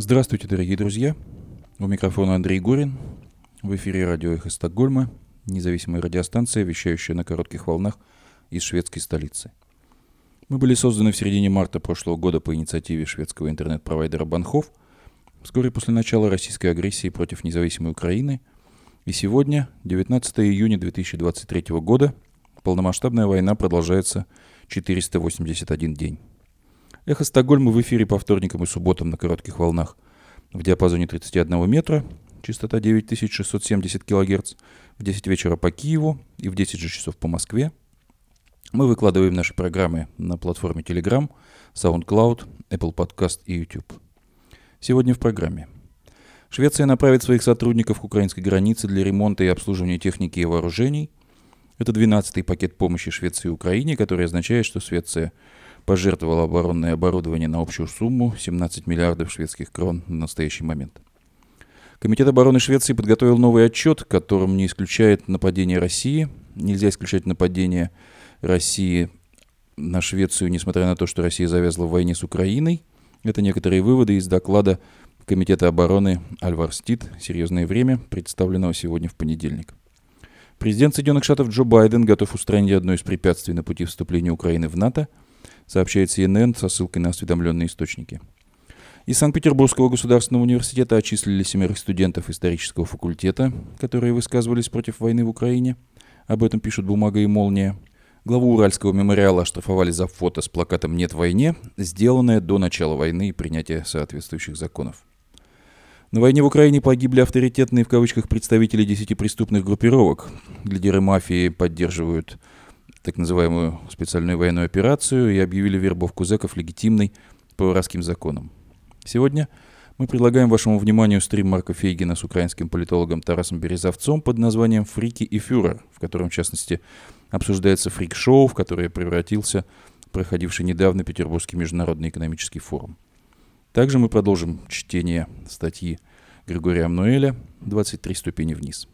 Здравствуйте, дорогие друзья. У микрофона Андрей Горин. В эфире радио «Эхо Стокгольма», независимая радиостанция, вещающая на коротких волнах из шведской столицы. Мы были созданы в середине марта прошлого года по инициативе шведского интернет-провайдера Банхоф, вскоре после начала российской агрессии против независимой Украины. И сегодня, 19 июня 2023 года, полномасштабная война продолжается 481 день. «Эхо Стокгольма» в эфире по вторникам и субботам на коротких волнах в диапазоне 31 метра, частота 9670 кГц, в 10 вечера по Киеву и в 10 же часов по Москве. Мы выкладываем наши программы на платформе Telegram, SoundCloud, Apple Podcast и YouTube. Сегодня в программе. Швеция направит своих сотрудников к украинской границе для ремонта и обслуживания техники и вооружений. Это 12-й пакет помощи Швеции и Украине, который означает, что Швеция пожертвовала оборонное оборудование на общую сумму 17 миллиардов шведских крон на настоящий момент. Комитет обороны Швеции подготовил новый отчет, которым не исключает нападение России. Нельзя исключать нападение России на Швецию, несмотря на то, что Россия завязла в войне с Украиной. Это некоторые выводы из доклада Комитета обороны Альварстит «Серьезное время», представленного сегодня в понедельник. Президент Соединенных Штатов Джо Байден готов устранить одно из препятствий на пути вступления Украины в НАТО, сообщает CNN со ссылкой на осведомленные источники. Из Санкт-Петербургского государственного университета отчислили 7 студентов исторического факультета, которые высказывались против войны в Украине. Об этом пишут «Бумага» и «Молния». Главу Уральского мемориала оштрафовали за фото с плакатом «Нет войне», сделанное до начала войны и принятия соответствующих законов. На войне в Украине погибли авторитетные в кавычках представители 10 преступных группировок. Лидеры мафии поддерживают так называемую специальную военную операцию и объявили вербовку зэков легитимной по воровским законам. Сегодня мы предлагаем вашему вниманию стрим Марка Фейгина с украинским политологом Тарасом Березовцом под названием «Фрики и фюрер», в котором, в частности, обсуждается фрик-шоу, в которое превратился проходивший недавно Петербургский международный экономический форум. Также мы продолжим чтение статьи Григория Амнуэля «23 ступени вниз».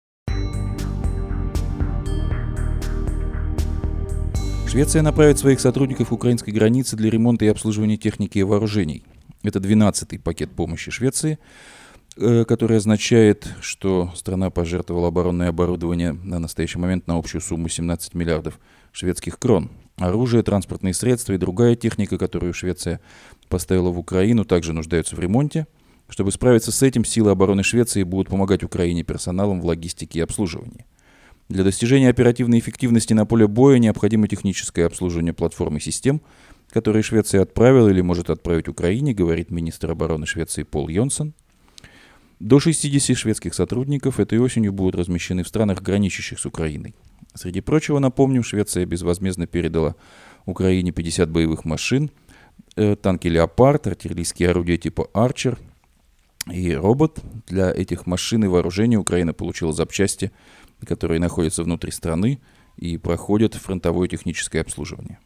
Швеция направит своих сотрудников к украинской границе для ремонта и обслуживания техники и вооружений. Это 12-й пакет помощи Швеции, который означает, что страна пожертвовала оборонное оборудование на настоящий момент на общую сумму 17 миллиардов шведских крон. Оружие, транспортные средства и другая техника, которую Швеция поставила в Украину, также нуждаются в ремонте. Чтобы справиться с этим, силы обороны Швеции будут помогать Украине персоналом в логистике и обслуживании. Для достижения оперативной эффективности на поле боя необходимо техническое обслуживание платформ и систем, которые Швеция отправила или может отправить Украине, говорит министр обороны Швеции Пол Йонсон. До 60 шведских сотрудников этой осенью будут размещены в странах, граничащих с Украиной. Среди прочего, напомним, Швеция безвозмездно передала Украине 50 боевых машин, танки «Леопард», артиллерийские орудия типа «Арчер» и робот. Для этих машин и вооружений Украина получила запчасти, которые находятся внутри страны и проходят фронтовое техническое обслуживание.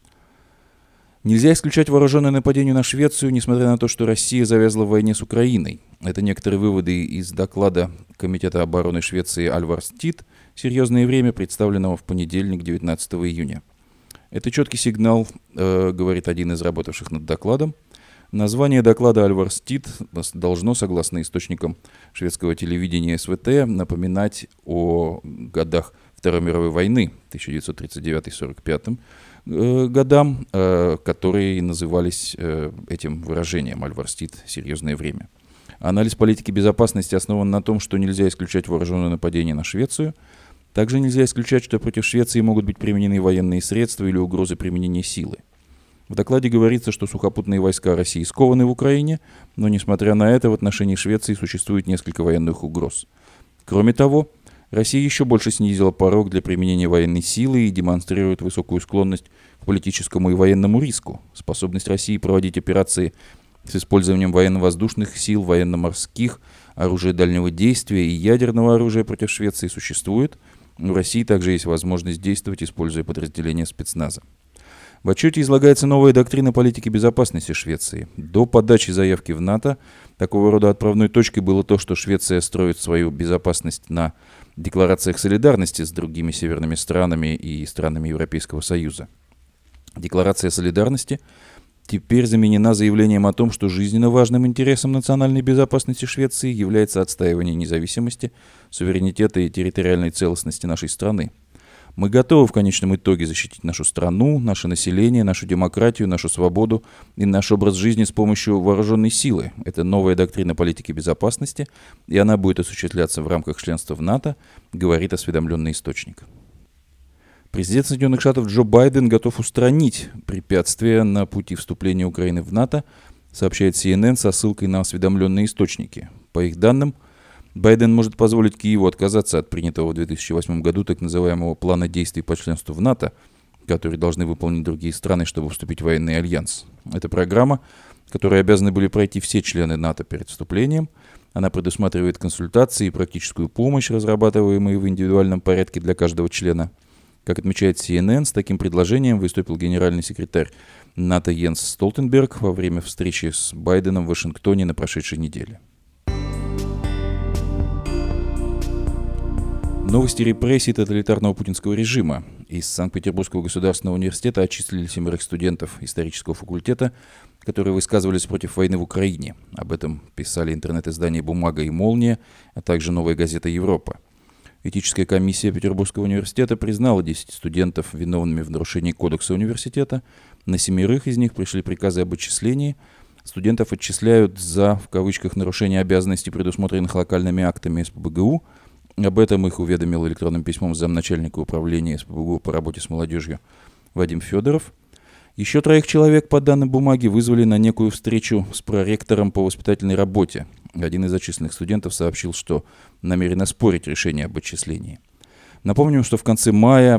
Нельзя исключать вооруженное нападение на Швецию, несмотря на то, что Россия завязла в войне с Украиной. Это некоторые выводы из доклада Комитета обороны Швеции Альварстит «Серьезное время», представленного в понедельник, 19 июня. Это четкий сигнал, говорит один из работавших над докладом. Название доклада Альварстит должно, согласно источникам шведского телевидения СВТ, напоминать о годах Второй мировой войны 1939-1945 годам, которые назывались этим выражением Альварстит «Серьезное время». Анализ политики безопасности основан на том, что нельзя исключать вооруженное нападение на Швецию. Также нельзя исключать, что против Швеции могут быть применены военные средства или угрозы применения силы. В докладе говорится, что сухопутные войска России скованы в Украине, но, несмотря на это, в отношении Швеции существует несколько военных угроз. Кроме того, Россия еще больше снизила порог для применения военной силы и демонстрирует высокую склонность к политическому и военному риску. Способность России проводить операции с использованием военно-воздушных сил, военно-морских, оружия дальнего действия и ядерного оружия против Швеции существует. У России также есть возможность действовать, используя подразделения спецназа. В отчете излагается новая доктрина политики безопасности Швеции. До подачи заявки в НАТО такого рода отправной точкой было то, что Швеция строит свою безопасность на декларациях солидарности с другими северными странами и странами Европейского Союза. Декларация солидарности теперь заменена заявлением о том, что жизненно важным интересом национальной безопасности Швеции является отстаивание независимости, суверенитета и территориальной целостности нашей страны. Мы готовы в конечном итоге защитить нашу страну, наше население, нашу демократию, нашу свободу и наш образ жизни с помощью вооруженной силы. Это новая доктрина политики безопасности, и она будет осуществляться в рамках членства в НАТО, говорит осведомленный источник. Президент Соединенных Штатов Джо Байден готов устранить препятствия на пути вступления Украины в НАТО, сообщает CNN со ссылкой на осведомленные источники. По их данным, Байден может позволить Киеву отказаться от принятого в 2008 году так называемого плана действий по членству в НАТО, который должны выполнить другие страны, чтобы вступить в военный альянс. Это программа, которую обязаны были пройти все члены НАТО перед вступлением. Она предусматривает консультации и практическую помощь, разрабатываемые в индивидуальном порядке для каждого члена. Как отмечает CNN, с таким предложением выступил генеральный секретарь НАТО Йенс Столтенберг во время встречи с Байденом в Вашингтоне на прошедшей неделе. Новости репрессий тоталитарного путинского режима. Из Санкт-Петербургского государственного университета отчислили 7 студентов исторического факультета, которые высказывались против войны в Украине. Об этом писали интернет-издания «Бумага» и «Молния», а также «Новая газета Европа». Этическая комиссия Петербургского университета признала 10 студентов виновными в нарушении кодекса университета. На 7 из них пришли приказы об отчислении. Студентов отчисляют за, в кавычках, нарушение обязанностей, предусмотренных локальными актами СПбГУ. Об этом их уведомил электронным письмом замначальника управления СПбГУ по работе с молодежью Вадим Федоров. Еще 3 человек, по данным бумаги, вызвали на некую встречу с проректором по воспитательной работе. Один из отчисленных студентов сообщил, что намерен оспорить решение об отчислении. Напомним, что в конце мая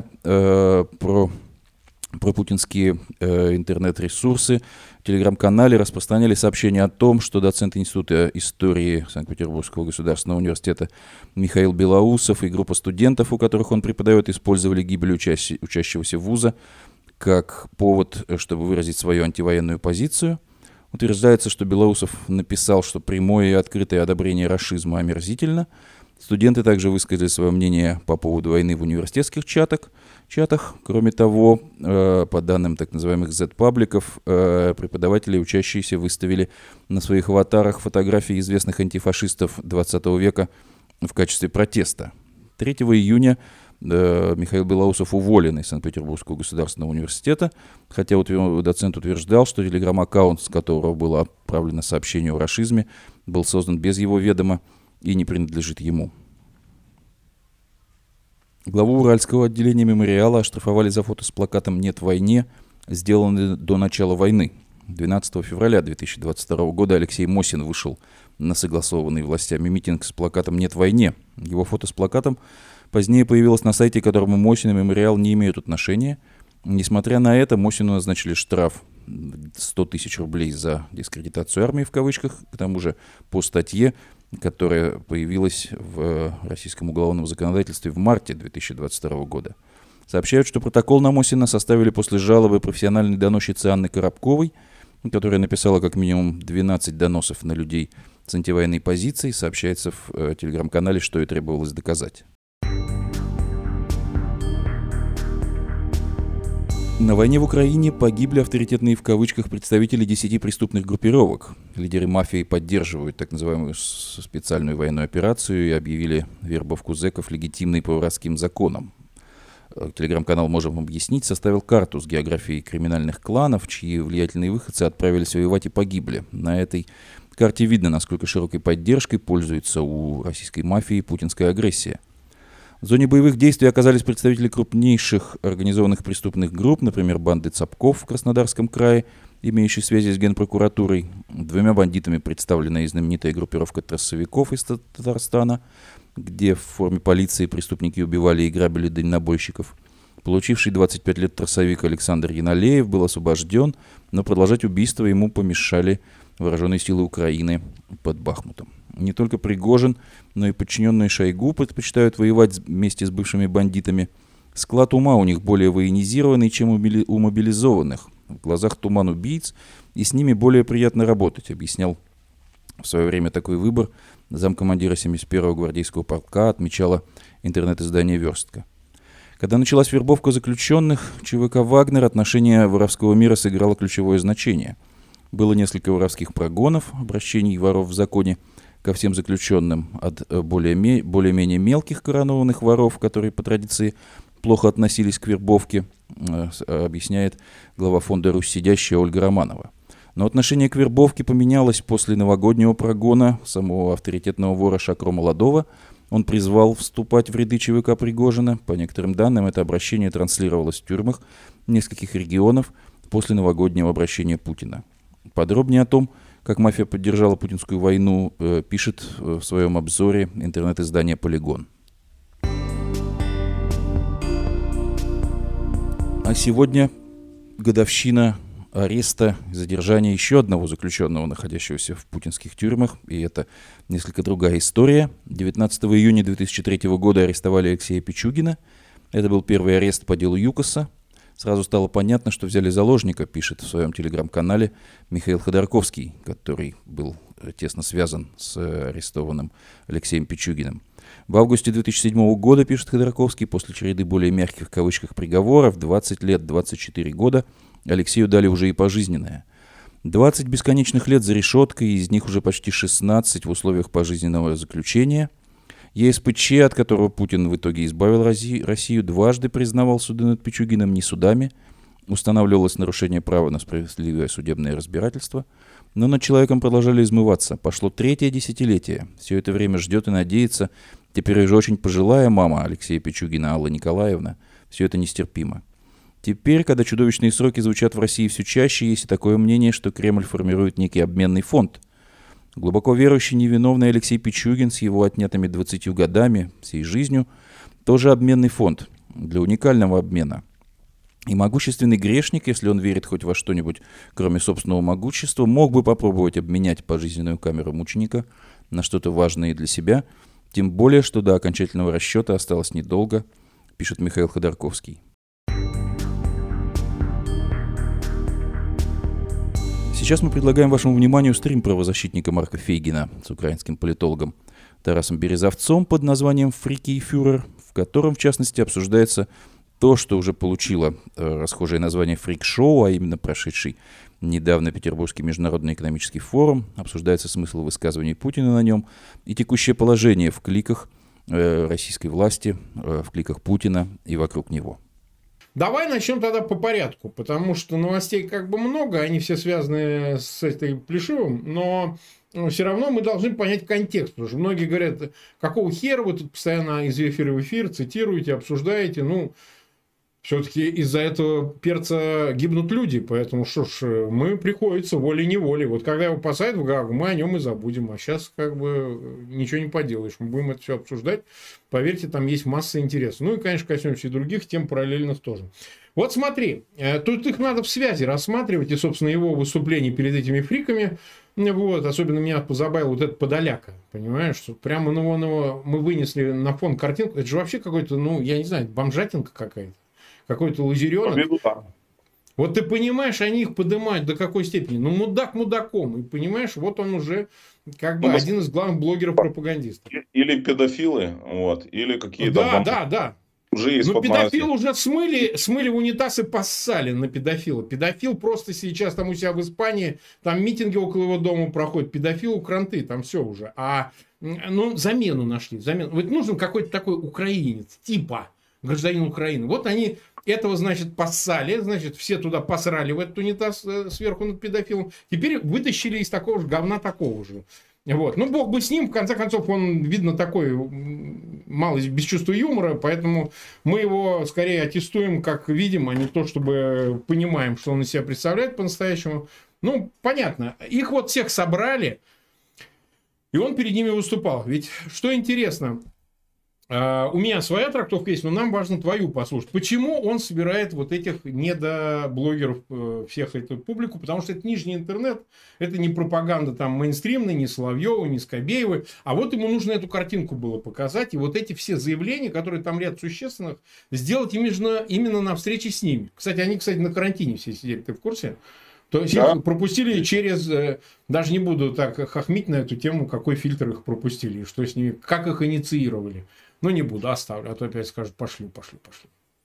пропутинские интернет-ресурсы в телеграм-канале распространяли сообщение о том, что доцент Института истории Санкт-Петербургского государственного университета Михаил Белоусов и группа студентов, у которых он преподает, использовали гибель учащегося вуза как повод, чтобы выразить свою антивоенную позицию. Утверждается, что Белоусов написал, что прямое и открытое одобрение рашизма омерзительно. Студенты также высказали свое мнение по поводу войны в университетских чатах. Кроме того, по данным так называемых Z-пабликов, преподаватели и учащиеся выставили на своих аватарах фотографии известных антифашистов 20 века в качестве протеста. 3 июня Михаил Белоусов уволен из Санкт-Петербургского государственного университета, хотя доцент утверждал, что телеграм-аккаунт, с которого было отправлено сообщение о рашизме, был создан без его ведома и не принадлежит ему. Главу Уральского отделения мемориала оштрафовали за фото с плакатом «Нет войне», сделанное до начала войны. 12 февраля 2022 года Алексей Мосин вышел на согласованный властями митинг с плакатом «Нет войне». Его фото с плакатом позднее появилось на сайте, к которому Мосин и мемориал не имеют отношения. Несмотря на это, Мосину назначили штраф 100 тысяч рублей за дискредитацию армии, в кавычках, к тому же по статье, которая появилась в российском уголовном законодательстве в марте 2022 года. Сообщают, что протокол на Мосина составили после жалобы профессиональной доносчицы Анны Коробковой, которая написала как минимум 12 доносов на людей с антивоенной позицией. Сообщается в телеграм-канале, что и требовалось доказать. На войне в Украине погибли авторитетные в кавычках представители 10 преступных группировок. Лидеры мафии поддерживают так называемую специальную военную операцию и объявили вербовку зэков легитимной по воровским законам. Телеграм-канал «Можем объяснить» составил карту с географией криминальных кланов, чьи влиятельные выходцы отправились воевать и погибли. На этой карте видно, насколько широкой поддержкой пользуется у российской мафии путинская агрессия. В зоне боевых действий оказались представители крупнейших организованных преступных групп, например, банды Цапков в Краснодарском крае, имеющей связи с Генпрокуратурой. 2 бандитами представлена и знаменитая группировка трассовиков из Татарстана, где в форме полиции преступники убивали и грабили дальнобойщиков. Получивший 25 лет трассовик Александр Яналеев был освобожден, но продолжать убийство ему помешали вооруженные силы Украины под Бахмутом. Не только Пригожин, но и подчиненные Шойгу предпочитают воевать вместе с бывшими бандитами. Склад ума у них более военизированный, чем у мобилизованных. В глазах туман убийц, и с ними более приятно работать, объяснял в свое время такой выбор замкомандира 71-го гвардейского полка, отмечало интернет-издание «Верстка». Когда началась вербовка заключенных, ЧВК «Вагнер» отношение воровского мира сыграло ключевое значение. Было несколько воровских прогонов, обращений воров в законе ко всем заключенным, от более-менее мелких коронованных воров, которые по традиции плохо относились к вербовке, объясняет глава фонда «Русь сидящая» Ольга Романова. Но отношение к вербовке поменялось после новогоднего прогона самого авторитетного вора Шакро Молодого. Он призвал вступать в ряды ЧВК Пригожина. По некоторым данным, это обращение транслировалось в тюрьмах нескольких регионов после новогоднего обращения Путина. Подробнее о том, как мафия поддержала путинскую войну, пишет в своем обзоре интернет-издание «Полигон». А сегодня годовщина ареста и задержания еще одного заключенного, находящегося в путинских тюрьмах. И это несколько другая история. 19 июня 2003 года арестовали Алексея Пичугина. Это был первый арест по делу ЮКОСа. Сразу стало понятно, что взяли заложника, пишет в своем телеграм-канале Михаил Ходорковский, который был тесно связан с арестованным Алексеем Пичугиным. В августе 2007 года, пишет Ходорковский, после череды более мягких в кавычках приговоров, 20 лет, 24 года, Алексею дали уже и пожизненное. 20 бесконечных лет за решеткой, из них уже почти 16 в условиях пожизненного заключения. ЕСПЧ, от которого Путин в итоге избавил Россию, дважды признавал суды над Пичугиным не судами, устанавливалось нарушение права на справедливое судебное разбирательство, но над человеком продолжали измываться. Пошло третье десятилетие. Все это время ждет и надеется. Теперь уже очень пожилая мама Алексея Пичугина, Алла Николаевна. Все это нестерпимо. Теперь, когда чудовищные сроки звучат в России все чаще, есть и такое мнение, что Кремль формирует некий обменный фонд. Глубоко верующий невиновный Алексей Пичугин с его отнятыми 20 годами, всей жизнью, тоже обменный фонд для уникального обмена. И могущественный грешник, если он верит хоть во что-нибудь, кроме собственного могущества, мог бы попробовать обменять пожизненную камеру мученика на что-то важное для себя, тем более, что до окончательного расчета осталось недолго, пишет Михаил Ходорковский. Сейчас мы предлагаем вашему вниманию стрим правозащитника Марка Фейгина с украинским политологом Тарасом Березовцом под названием «Фрики и фюрер», в котором, в частности, обсуждается то, что уже получило расхожее название «фрик-шоу», а именно прошедший недавно Петербургский международный экономический форум. Обсуждается смысл высказываний Путина на нем и текущее положение в кликах российской власти, в кликах Путина и вокруг него. Давай начнем тогда по порядку, потому что новостей как бы много, они все связаны с этой Плешивым, но все равно мы должны понять контекст, потому что многие говорят, какого хера вы тут постоянно из эфира в эфир цитируете, обсуждаете, все-таки из-за этого перца гибнут люди, поэтому что ж, мы приходится волей-неволей. Вот когда его посадят в Гаагу, мы о нем и забудем. А сейчас как бы ничего не поделаешь. Мы будем это все обсуждать. Поверьте, там есть масса интересов. Ну и, конечно, коснемся и других тем параллельных тоже. Вот смотри, тут их надо в связи рассматривать. И, собственно, его выступление перед этими фриками. Вот, особенно меня позабавил вот этот Подоляка. Понимаешь, что прямо его мы вынесли на фон картинку. Это же вообще какой-то, я не знаю, бомжатинка какая-то. Какой-то лазеренок. Вот ты понимаешь, они их поднимают до какой степени. Мудак мудаком. И понимаешь, вот он уже как бы один из главных блогеров-пропагандистов. Или педофилы, или какие-то... Да. Педофилы уже смыли в унитаз и поссали на педофила. Педофил просто сейчас там у себя в Испании, там митинги около его дома проходят. Педофил у кранты, там все уже. Замену нашли. Вот нужен какой-то такой украинец, типа гражданин Украины. Вот они этого, значит, поссали, значит, все туда посрали в этот унитаз сверху над педофилом. Теперь вытащили из такого же говна такого же. Вот. Бог бы с ним, в конце концов, он, видно, такой малость без чувства юмора, поэтому мы его скорее аттестуем, как видим, а не то, чтобы понимаем, что он из себя представляет по-настоящему. Понятно. Их вот всех собрали, и он перед ними выступал. Ведь, что интересно, у меня своя трактовка есть, но нам важно твою послушать. Почему он собирает вот этих недоблогеров, всех эту публику? Потому что это нижний интернет, это не пропаганда там мейнстримная, не Соловьева, не Скобеевой. А вот ему нужно эту картинку было показать. И вот эти все заявления, которые там ряд существенных, сделать именно на встрече с ними. Кстати, они, на карантине все сидели, ты в курсе? То есть их пропустили через... Даже не буду так хохмить на эту тему, какой фильтр их пропустили, что с ними, как их инициировали. Не буду, оставлю, а то опять скажут, пошли.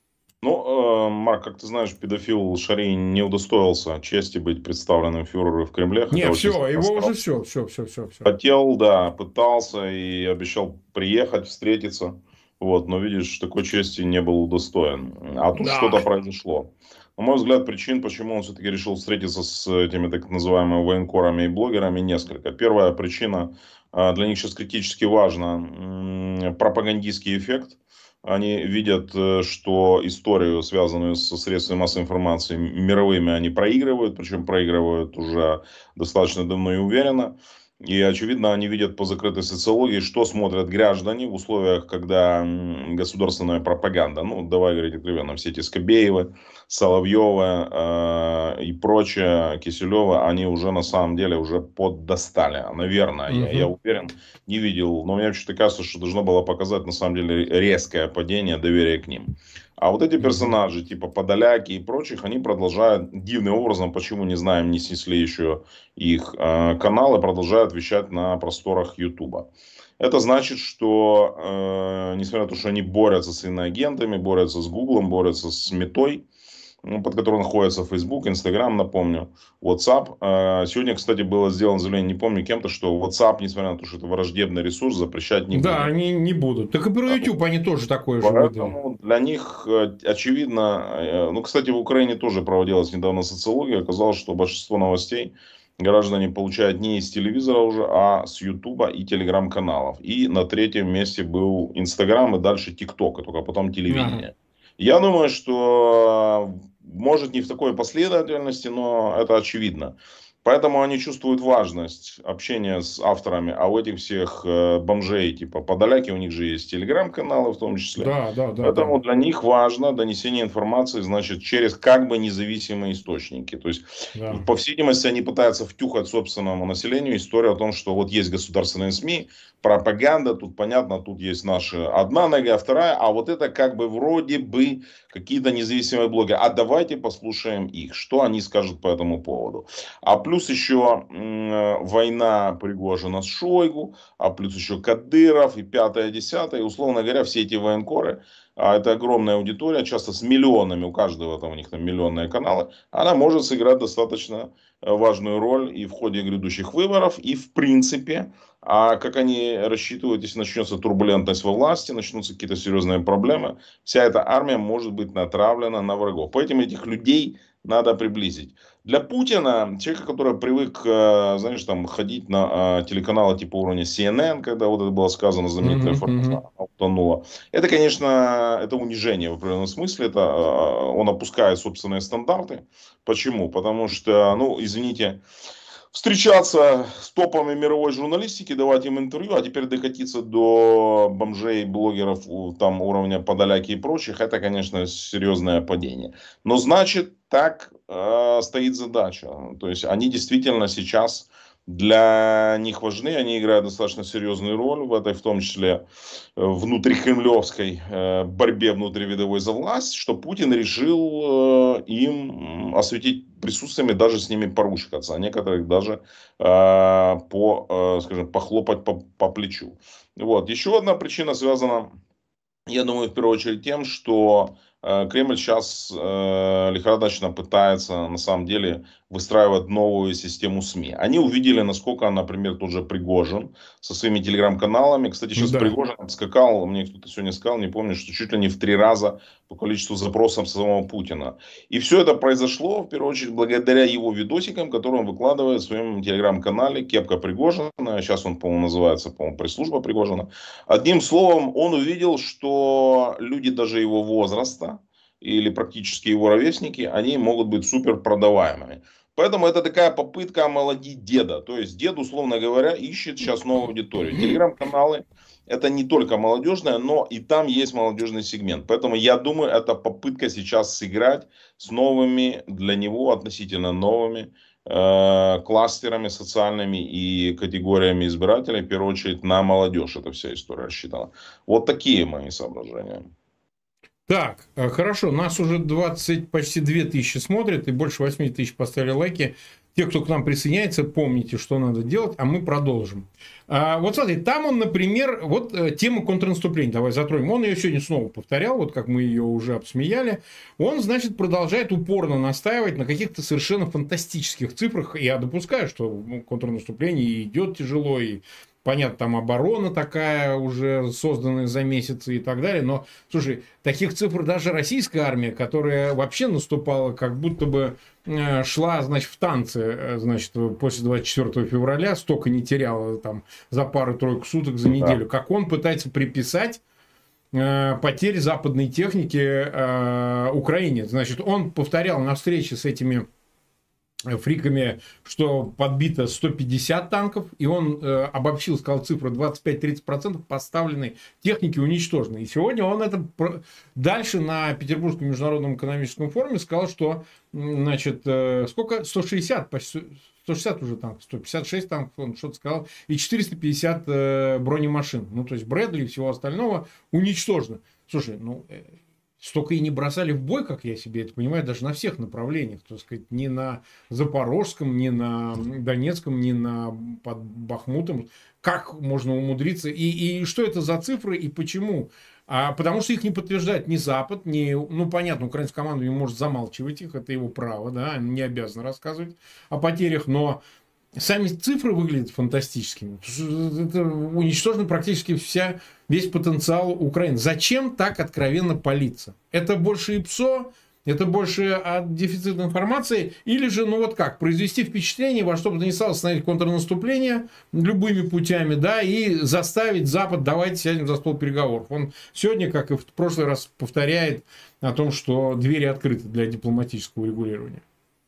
Ну, Марк, как ты знаешь, педофил Шарий не удостоился чести быть представленным фюреру в Кремле, хотя Не, очень все, сильно его уже старался. все. Хотел, да, пытался и обещал приехать, встретиться. Вот, но видишь, такой чести не был удостоен. А тут Да. что-то произошло. На мой взгляд, причин, почему он все-таки решил встретиться с этими так называемыми военкорами и блогерами, несколько. Первая причина, для них сейчас критически важна, пропагандистский эффект. Они видят, что историю, связанную со средствами массовой информации мировыми, они проигрывают, причем проигрывают уже достаточно давно и уверенно. И, очевидно, они видят по закрытой социологии, что смотрят граждане в условиях, когда государственная пропаганда, ну, давай говорить откровенно, все эти Скобеевы, Соловьевы и прочее, Киселева, они уже на самом деле уже поддостали. Наверное, я Угу. уверен, не видел, но мне что-то кажется, что должно было показать на самом деле резкое падение доверия к ним. А вот эти Угу. персонажи, типа Подоляки и прочих, они продолжают дивным образом, почему не знаем, не снесли еще их каналы, продолжают вещать на просторах Ютуба. Это значит, что, несмотря на то, что они борются с иноагентами, борются с Гуглом, борются с Метой, под которым находится Facebook, Instagram, напомню, WhatsApp. Сегодня, кстати, было сделано заявление, не помню кем-то, что WhatsApp, несмотря на то, что это враждебный ресурс, запрещать не Да, будет. они не будут. Так и про YouTube они тоже такое же выдали. Поэтому для них очевидно, ну, кстати, в Украине тоже проводилась недавно социология, оказалось, что большинство новостей граждане получают не из телевизора уже, а с Ютуба и телеграм-каналов. И на третьем месте был Инстаграм и дальше ТикТок, и только потом Ага. телевидение. Я думаю, что может не в такой последовательности, но это очевидно. Поэтому они чувствуют важность общения с авторами, а у этих всех бомжей, типа Подоляки, у них же есть телеграм-каналы в том числе. Да, да, да, да. Поэтому для них важно донесение информации, значит, через как бы независимые источники. То есть, Да. по всей видимости, они пытаются втюхать собственному населению историю о том, что вот есть государственные СМИ, пропаганда, тут понятно, тут есть наша одна нога, вторая, а вот это как бы вроде бы какие-то независимые блоги. А давайте послушаем их, что они скажут по этому поводу. А плюс еще война Пригожина с Шойгу, а плюс еще Кадыров и пятое, десятое. И, условно говоря, все эти военкоры, а это огромная аудитория, часто с миллионами, у каждого там у них там миллионные каналы, она может сыграть достаточно важную роль и в ходе грядущих выборов, и в принципе, а как они рассчитывают, если начнется турбулентность во власти, начнутся какие-то серьезные проблемы, вся эта армия может быть натравлена на врагов. Поэтому этих людей надо приблизить. Для Путина, человека, который привык, знаешь, там, ходить на телеканалы типа уровня CNN, когда вот это было сказано, знаменитая Угу, фраза, угу. она утонула. Это, конечно, это унижение в определенном смысле. Это он опускает собственные стандарты. Почему? Потому что, ну, извините, встречаться с топами мировой журналистики, давать им интервью, а теперь докатиться до бомжей, блогеров там уровня Подоляки и прочих, это, конечно, серьезное падение. Но значит, так стоит задача. То есть они действительно сейчас для них важны, они играют достаточно серьезную роль в этой, в том числе, внутрикремлевской борьбе внутривидовой за власть, что Путин решил им осветить присутствиями, даже с ними поручкаться, а некоторых даже скажем, похлопать по плечу. Вот. Еще одна причина связана, я думаю, в первую очередь тем, что Кремль сейчас лихорадочно пытается, на самом деле, выстраивать новую систему СМИ. Они увидели, насколько, например, тот же Пригожин со своими телеграм-каналами. Кстати, сейчас Да. Пригожин отскакал, мне кто-то сегодня сказал, не помню, что чуть ли не в 3 раза по количеству запросов самого Путина. И все это произошло, в первую очередь, благодаря его видосикам, которые он выкладывает в своем телеграм-канале «Кепка Пригожина». Сейчас он, по-моему, называется, по-моему, «Пресс-служба Пригожина». Одним словом, он увидел, что люди даже его возраста или практически его ровесники, они могут быть супер продаваемыми. Поэтому это такая попытка омолодить деда. То есть дед, условно говоря, ищет сейчас новую аудиторию. Телеграм-каналы это не только молодежная, но и там есть молодежный сегмент. Поэтому я думаю, это попытка сейчас сыграть с новыми, для него относительно новыми кластерами социальными и категориями избирателей, в первую очередь на молодежь эта вся история рассчитана. Вот такие мои соображения. Так, хорошо, нас уже 20, почти 2000 смотрят, и больше 8 тысяч поставили лайки. Те, кто к нам присоединяется, помните, что надо делать, а мы продолжим. Вот смотри, там он, например, вот тема контрнаступления, давай затронем. Он ее сегодня снова повторял, вот как мы ее уже обсмеяли. Он, значит, продолжает упорно настаивать на каких-то совершенно фантастических цифрах. Я допускаю, что контрнаступление идет тяжело, и понятно, там оборона такая уже созданная за месяцы и так далее. Но, слушай, таких цифр даже российская армия, которая вообще наступала, как будто бы шла, значит, в танце, значит, после 24 февраля, столько не теряла там за пару-тройку суток за неделю, как он пытается приписать потери западной техники Украине. Значит, он повторял на встрече с этими фриками, что подбито 150 танков, и он обобщил, сказал цифру 25-30% поставленной техники уничтожены. И сегодня он это дальше на Петербургском международном экономическом форуме сказал, что, значит, сколько? 160, почти 160 уже танков, 156 танков, он что-то сказал, и 450 бронемашин. Ну, то есть, Брэдли и всего остального уничтожено. Слушай, ну, столько и не бросали в бой, как я себе это понимаю, даже на всех направлениях. Так сказать, ни на Запорожском, ни на Донецком, ни на под Бахмутом. Как можно умудриться? И что это за цифры и почему? Потому что их не подтверждает ни Запад, ни... Ну, понятно, украинское командование может замалчивать их, это его право, да, не обязано рассказывать о потерях, но сами цифры выглядят фантастическими. Это уничтожен практически весь потенциал Украины. Зачем так откровенно палиться? Это больше ИПСО, это больше от дефицита информации, или же, ну вот как, произвести впечатление, во что бы то ни стало, остановить контрнаступление любыми путями, да, и заставить Запад, давайте сядем за стол переговоров. Он сегодня, как и в прошлый раз, повторяет о том, что двери открыты для дипломатического регулирования.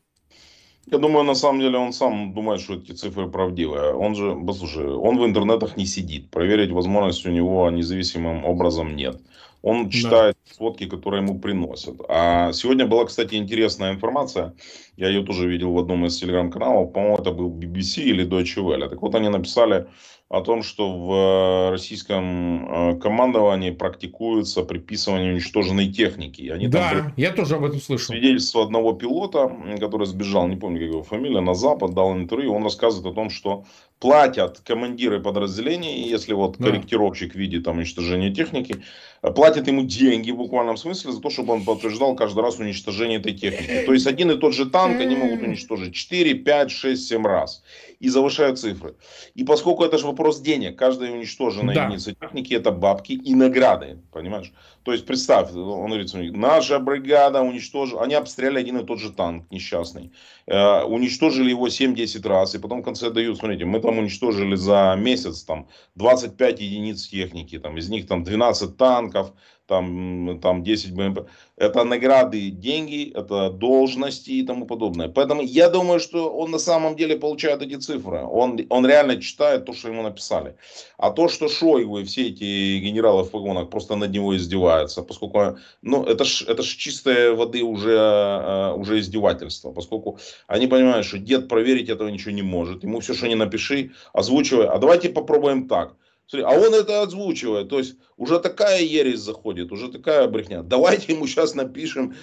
Я думаю, на самом деле он сам думает, что эти цифры правдивые. Он же, послушай, он в интернетах не сидит. Проверить возможность у него независимым образом нет. Он читает сводки, которые ему приносят. А сегодня была, кстати, интересная информация. Я ее тоже видел в одном из телеграм-каналов. По-моему, это был BBC или Deutsche Welle. Так вот, они написали о том, что в российском командовании практикуется приписывание уничтоженной техники. И они да, я тоже об этом слышал. Свидетельство одного пилота, который сбежал, не помню, как его фамилия, на Запад, дал интервью. Он рассказывает о том, что платят командиры подразделений, если вот корректировщик видит там уничтожение техники, платят ему деньги в буквальном смысле за то, чтобы он подтверждал каждый раз уничтожение этой техники. То есть один и тот же танк они могут уничтожить 4, 5, 6, 7 раз. И завышают цифры. И поскольку это же вопрос денег, каждая уничтоженная единица техники это бабки и награды. Понимаешь? То есть представь, он говорит, наша бригада уничтожила, они обстреляли один и тот же танк несчастный. Уничтожили его 7-10 раз. И потом в конце дают, смотрите, мы там уничтожили за месяц там 25 единиц техники. Там, из них там 12 танков. Там 10 БМП. Это награды, деньги, это должности и тому подобное. Поэтому я думаю, что он на самом деле получает эти цифры. Он реально читает то, что ему написали. А то, что Шойгу и все эти генералы в погонах просто над него издеваются, поскольку ну, это ж чистой воды уже издевательство. Поскольку они понимают, что дед проверить этого ничего не может. Ему все, что не напиши, озвучивай. А давайте попробуем так. Смотри, а он это озвучивает, то есть уже такая ересь заходит, уже такая брехня. Давайте ему сейчас напишем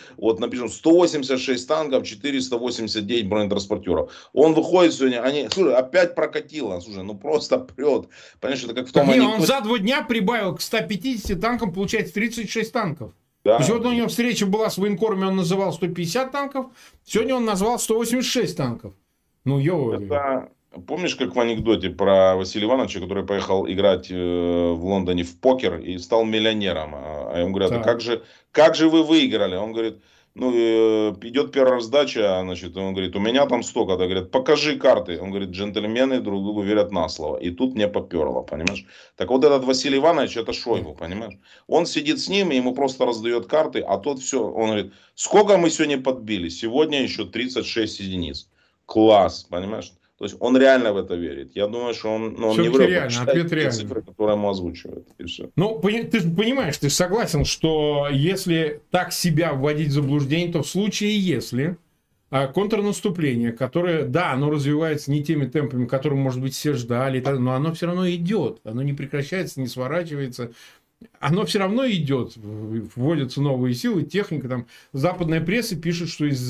186 танков, 489 бронетранспортеров. Он выходит сегодня, слушай, опять прокатило, слушай, ну просто прет. Понимаешь, это как в том анекдоте. Он за 2 дня прибавил к 150 танкам, получается 36 танков. Да. То есть вот у него встреча была с военкорами, он называл 150 танков, сегодня он назвал 186 танков. Ну, Помнишь, как в анекдоте про Василия Ивановича, который поехал играть в Лондоне в покер и стал миллионером? А ему говорят, а как же вы выиграли? Он говорит, идет первая раздача, значит, он говорит, у меня там столько-то. Говорят, покажи карты. Он говорит, джентльмены друг другу верят на слово. И тут мне поперло, понимаешь? Так вот этот Василий Иванович, это Шойгу, понимаешь? Он сидит с ним, и ему просто раздает карты, а тот все, он говорит, сколько мы сегодня подбили? Сегодня еще 36 единиц. Класс, понимаешь? То есть он реально в это верит. Я думаю, что он не врет, читает те цифры, которые ему озвучивают. И все. Ну, ты же понимаешь, ты согласен, что если так себя вводить в заблуждение, то в случае, если контрнаступление, которое, да, оно развивается не теми темпами, которые, может быть, все ждали, но оно все равно идет. Оно не прекращается, не сворачивается. оно все равно идет, вводятся новые силы, техника. Там западная пресса пишет, что из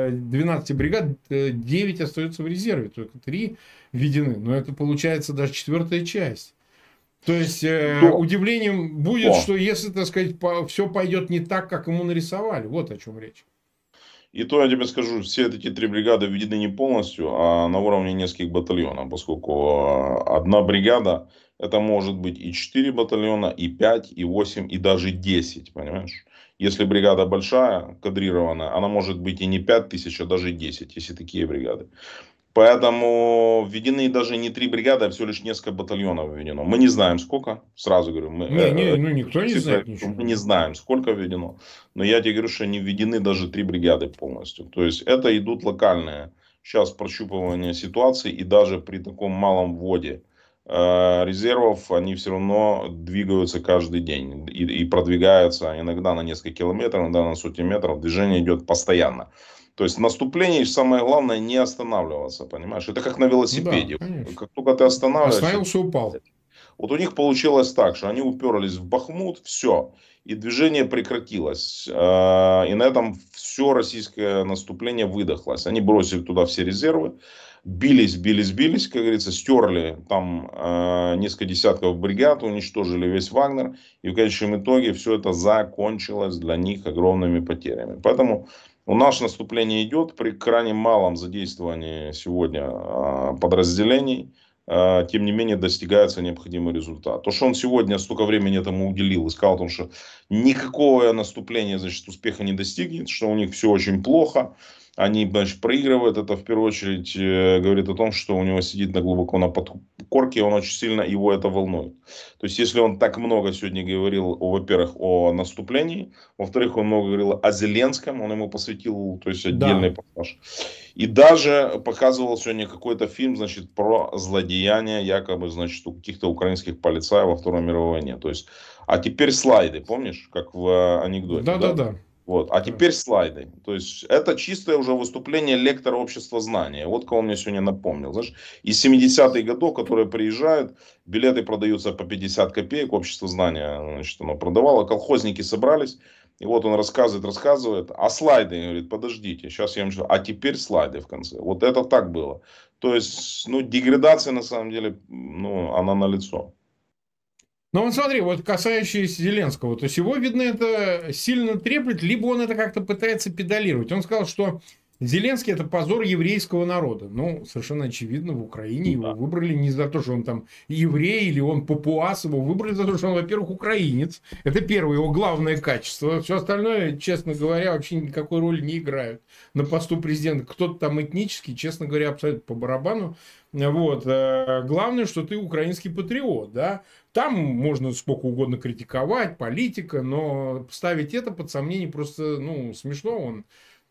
12 бригад 9 остается в резерве, только 3 введены. Но это получается даже 4-я часть. То есть удивлением будет, что если, так сказать, все пойдет не так, как ему нарисовали. Вот о чем речь. И то я тебе скажу, все эти 3 бригады введены не полностью, а на уровне нескольких батальонов, поскольку одна бригада, это может быть и 4 батальона, и 5, и 8, и даже 10, понимаешь? Если бригада большая, кадрированная, она может быть и не 5000, а даже 10, если такие бригады. Поэтому введены даже не 3 бригады, а всего лишь несколько батальонов введено. Мы не знаем сколько, сразу говорю. Никто не знает ничего. Мы не знаем, сколько введено. Но я тебе говорю, что не введены даже 3 бригады полностью. То есть это идут локальные сейчас прощупывания ситуации. И даже при таком малом вводе резервов они все равно двигаются каждый день. И продвигаются иногда на несколько километров, иногда на сотни метров. Движение идет постоянно. То есть наступление, самое главное, не останавливаться, понимаешь? Это как на велосипеде. Да, как только ты останавливаешься... Остановился, упал. Вот у них получилось так, что они уперлись в Бахмут, все, и движение прекратилось. И на этом все российское наступление выдохлось. Они бросили туда все резервы, бились, как говорится, стерли там несколько десятков бригад, уничтожили весь Вагнер. И в конечном итоге все это закончилось для них огромными потерями. Поэтому... У нас наступление идет при крайне малом задействовании сегодня подразделений. Тем не менее достигается необходимый результат. То, что он сегодня столько времени этому уделил и сказал о том, что никакого наступления, значит, успеха не достигнет, что у них все очень плохо, они, значит, проигрывают, это в первую очередь говорит о том, что у него сидит глубоко на подкорке, и он очень сильно его это волнует. То есть, если он так много сегодня говорил, во-первых, о наступлении, во-вторых, он много говорил о Зеленском, он ему посвятил, то есть, отдельный пассаж. И даже показывал сегодня какой-то фильм, значит, про злодеяния якобы, значит, у каких-то украинских полицаев во Второй мировой войне. То есть, а теперь слайды, помнишь, как в анекдоте? Да. Вот. А теперь слайды. То есть, это чистое уже выступление лектора общества знания. Вот кого мне сегодня напомнил. Знаешь, из 70-х годов, которые приезжают, билеты продаются по 50 копеек, общество знания, значит, оно продавало, колхозники собрались, и вот он рассказывает, а слайды, говорит, подождите, сейчас я вам скажу, а теперь слайды в конце. Вот это так было. То есть, деградация на самом деле, она налицо. Ну, вот смотри, вот касающийся Зеленского, то есть его, видно, это сильно треплет, либо он это как-то пытается педалировать. Он сказал, что Зеленский – это позор еврейского народа. Ну, совершенно очевидно, в Украине его выбрали не за то, что он там еврей или он папуас, его выбрали за то, что он, во-первых, украинец. Это первое его главное качество. Все остальное, честно говоря, вообще никакой роли не играют. На посту президента кто-то там этнический, честно говоря, абсолютно по барабану. Вот. Главное, что ты украинский патриот, да. Там можно сколько угодно критиковать, политика, но ставить это под сомнение просто, смешно. Он,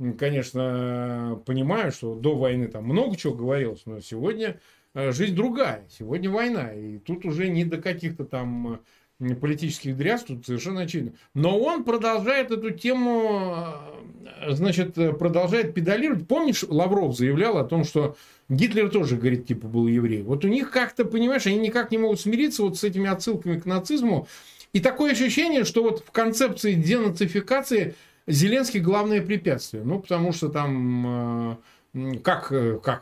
конечно, понимает, что до войны там много чего говорилось, но сегодня жизнь другая, сегодня война, и тут уже не до каких-то там политических дрязг, тут совершенно очевидно. Но он продолжает эту тему, значит, продолжает педалировать. Помнишь, Лавров заявлял о том, что Гитлер тоже, говорит, типа был еврей. Вот у них как-то, понимаешь, они никак не могут смириться вот с этими отсылками к нацизму. И такое ощущение, что вот в концепции денацификации Зеленский главное препятствие. Ну, потому что там как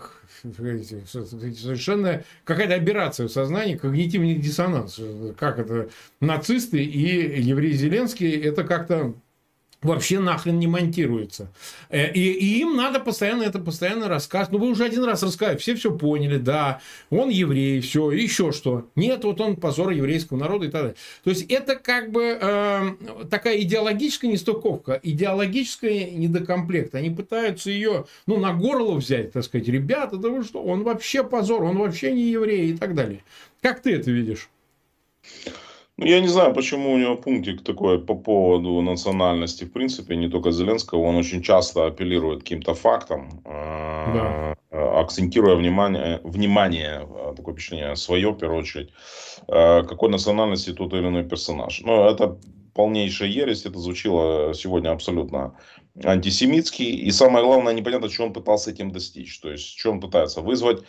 совершенно какая-то аберрация в сознании, когнитивный диссонанс. Как это нацисты и еврей Зеленский, это как-то вообще нахрен не монтируется. И им надо постоянно рассказывать. Ну, вы уже один раз рассказали, все поняли, да, он еврей, все, еще что. Нет, вот он позор еврейского народа и так далее. То есть, это как бы такая идеологическая нестыковка, идеологическая недокомплект. Они пытаются ее, на горло взять, так сказать, ребята, да вы что, он вообще позор, он вообще не еврей и так далее. Как ты это видишь? Я не знаю, почему у него пунктик такой по поводу национальности. В принципе, не только Зеленского. Он очень часто апеллирует к каким-то фактам, акцентируя внимание, такое впечатление, свое, в первую очередь, какой национальности тот или иной персонаж. Но это полнейшая ересь. Это звучало сегодня абсолютно антисемитский. И самое главное, непонятно, что он пытался этим достичь. То есть, что он пытается? Вызвать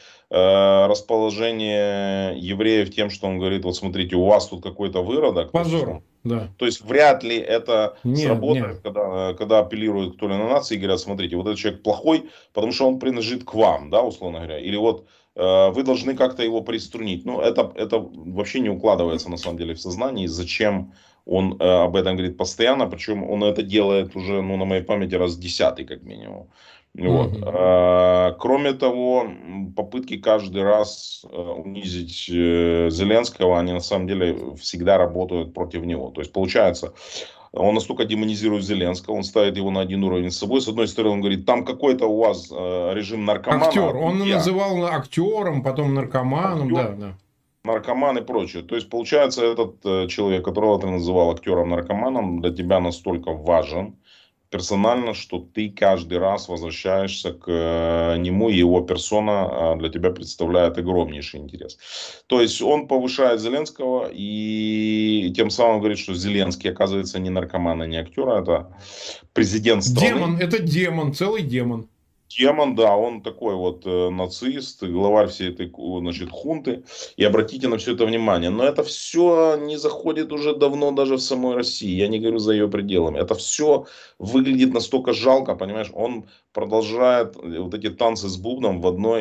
расположение евреев тем, что он говорит, вот смотрите, у вас тут какой-то выродок. Позор. Да. То есть вряд ли это Нет, сработает, нет. когда апеллируют кто ли на нации и говорят, смотрите, вот этот человек плохой, потому что он принадлежит к вам, да, условно говоря. Или вот вы должны как-то его приструнить. Ну, это вообще не укладывается на самом деле в сознании. Зачем он об этом говорит постоянно, причем он это делает уже, ну, на моей памяти раз 10 как минимум. Вот. Мгм. Кроме того, попытки каждый раз унизить Зеленского, они на самом деле всегда работают против него. То есть получается, он настолько демонизирует Зеленского, он ставит его на один уровень с собой. С одной стороны, он говорит, там какой-то у вас режим наркомана, а Актер. тут Он я. называл актером, потом наркоманом, Актер, да, да. наркоман и прочее. То есть, получается, этот человек, которого ты называл актером-наркоманом, для тебя настолько важен персонально, что ты каждый раз возвращаешься к нему, и его персона для тебя представляет огромнейший интерес. То есть, он повышает Зеленского и тем самым говорит, что Зеленский, оказывается, не наркоман и не актер, а это президент страны. Демон, это демон, целый демон. Демон, да, он такой вот нацист, главарь всей этой, значит, хунты. И обратите на все это внимание. Но это все не заходит уже давно даже в самой России. Я не говорю за ее пределами. Это все выглядит настолько жалко, понимаешь. Он продолжает вот эти танцы с бубном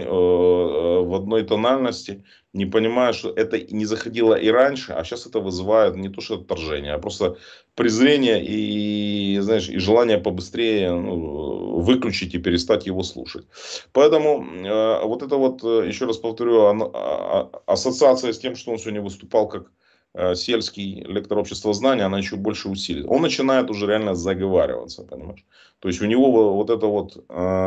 в одной тональности, не понимая, что это не заходило и раньше, а сейчас это вызывает не то что отторжение, а просто презрение и, знаешь, и желание побыстрее, ну, выключить и перестать его слушать. Поэтому вот это вот, еще раз повторю, ассоциация с тем, что он сегодня выступал как сельский лектор общества знания, она еще больше усилит. Он начинает уже реально заговариваться, понимаешь? То есть у него вот это вот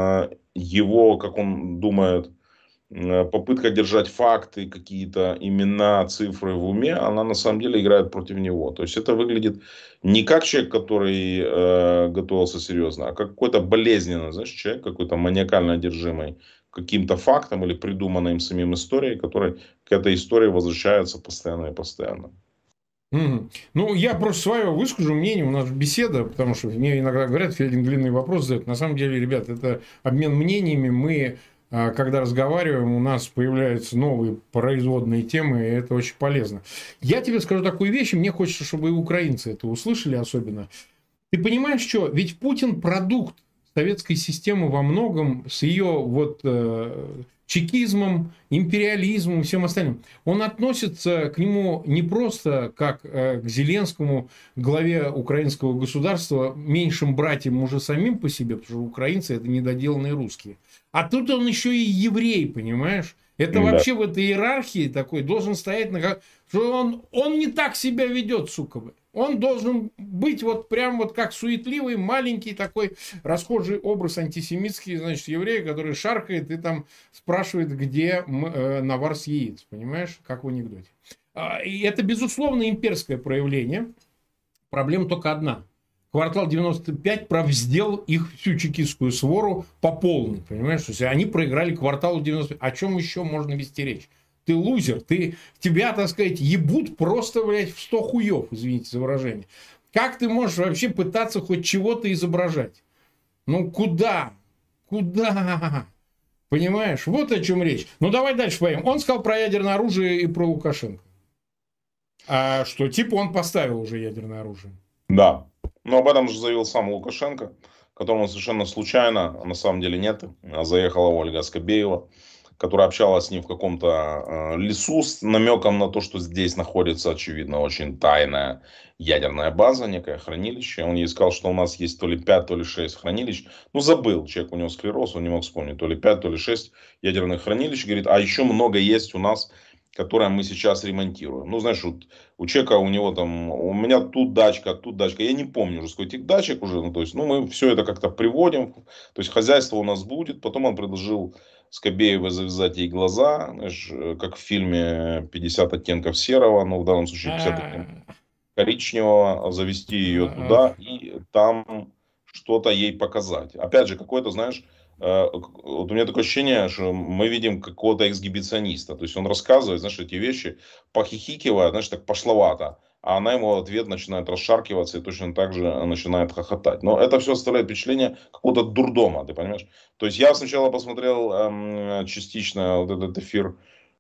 его, как он думает, попытка держать факты, какие-то имена, цифры в уме, она на самом деле играет против него. То есть это выглядит не как человек, который готовился серьезно, а как какой-то болезненный, знаешь, человек, какой-то маниакально одержимый каким-то фактом или придуманной им самим историей, который к этой истории возвращается постоянно и постоянно. Мгм. Ну, я просто свое выскажу мнение, у нас беседа, потому что мне иногда говорят, Федин длинный вопрос задает. На самом деле, ребят, это обмен мнениями. Мы, когда разговариваем, у нас появляются новые производные темы, и это очень полезно. Я тебе скажу такую вещь, и мне хочется, чтобы и украинцы это услышали особенно. Ты понимаешь, что? Ведь Путин продукт советской системы во многом с ее вот чекизмом, империализмом и всем остальным. Он относится к нему не просто как к Зеленскому, главе украинского государства, меньшим братьям уже самим по себе, потому что украинцы это недоделанные русские. А тут он еще и еврей, понимаешь? Это Да. вообще в этой иерархии такой должен стоять на... Что он не так себя ведет, сука бы. Он должен быть вот прям вот как суетливый, маленький такой расхожий образ антисемитский, значит, еврей, который шаркает и там спрашивает, где навар с яиц, понимаешь, как в анекдоте. И это, безусловно, имперское проявление. Проблема только одна. Квартал 95 провздел их всю чекистскую свору по полной, понимаешь? То есть они проиграли кварталу 95. О чем еще можно вести речь? Ты лузер, тебя, так сказать, ебут просто, блядь, в 100 хуев, извините за выражение. Как ты можешь вообще пытаться хоть чего-то изображать? Ну, куда? Куда? Понимаешь? Вот о чем речь. Ну, давай дальше поем. Он сказал про ядерное оружие и про Лукашенко. А что, типа он поставил уже ядерное оружие. Да. Но об этом же заявил сам Лукашенко, которому совершенно случайно, на самом деле нет, заехала Ольга Скобеева, которая общалась с ним в каком-то лесу с намеком на то, что здесь находится, очевидно, очень тайная ядерная база, некое хранилище. Он ей сказал, что у нас есть то ли 5, то ли 6 хранилищ. Ну, забыл, человек, у него склероз, он не мог вспомнить, то ли 5, то ли 6 ядерных хранилищ. Говорит, а еще много есть у нас, которые мы сейчас ремонтируем. Ну, знаешь, вот у человека, у него там, у меня тут дачка, тут дачка. Я не помню уже, сколько этих дачек уже. Ну, то есть, ну, мы все это как-то приводим. То есть, хозяйство у нас будет. Потом он предложил Скобеевой завязать ей глаза, знаешь, как в фильме «50 оттенков серого», ну, в данном случае 50 оттенков коричневого, завести ее туда и там что-то ей показать. Опять же, какой-то, знаешь, вот у меня такое ощущение, что мы видим какого-то эксгибициониста. То есть он рассказывает, знаешь, эти вещи, похихикивая, знаешь, так пошловато. А она ему в ответ начинает расшаркиваться и точно так же начинает хохотать. Но это все оставляет впечатление какого-то дурдома, ты понимаешь? То есть я сначала посмотрел частично вот этот эфир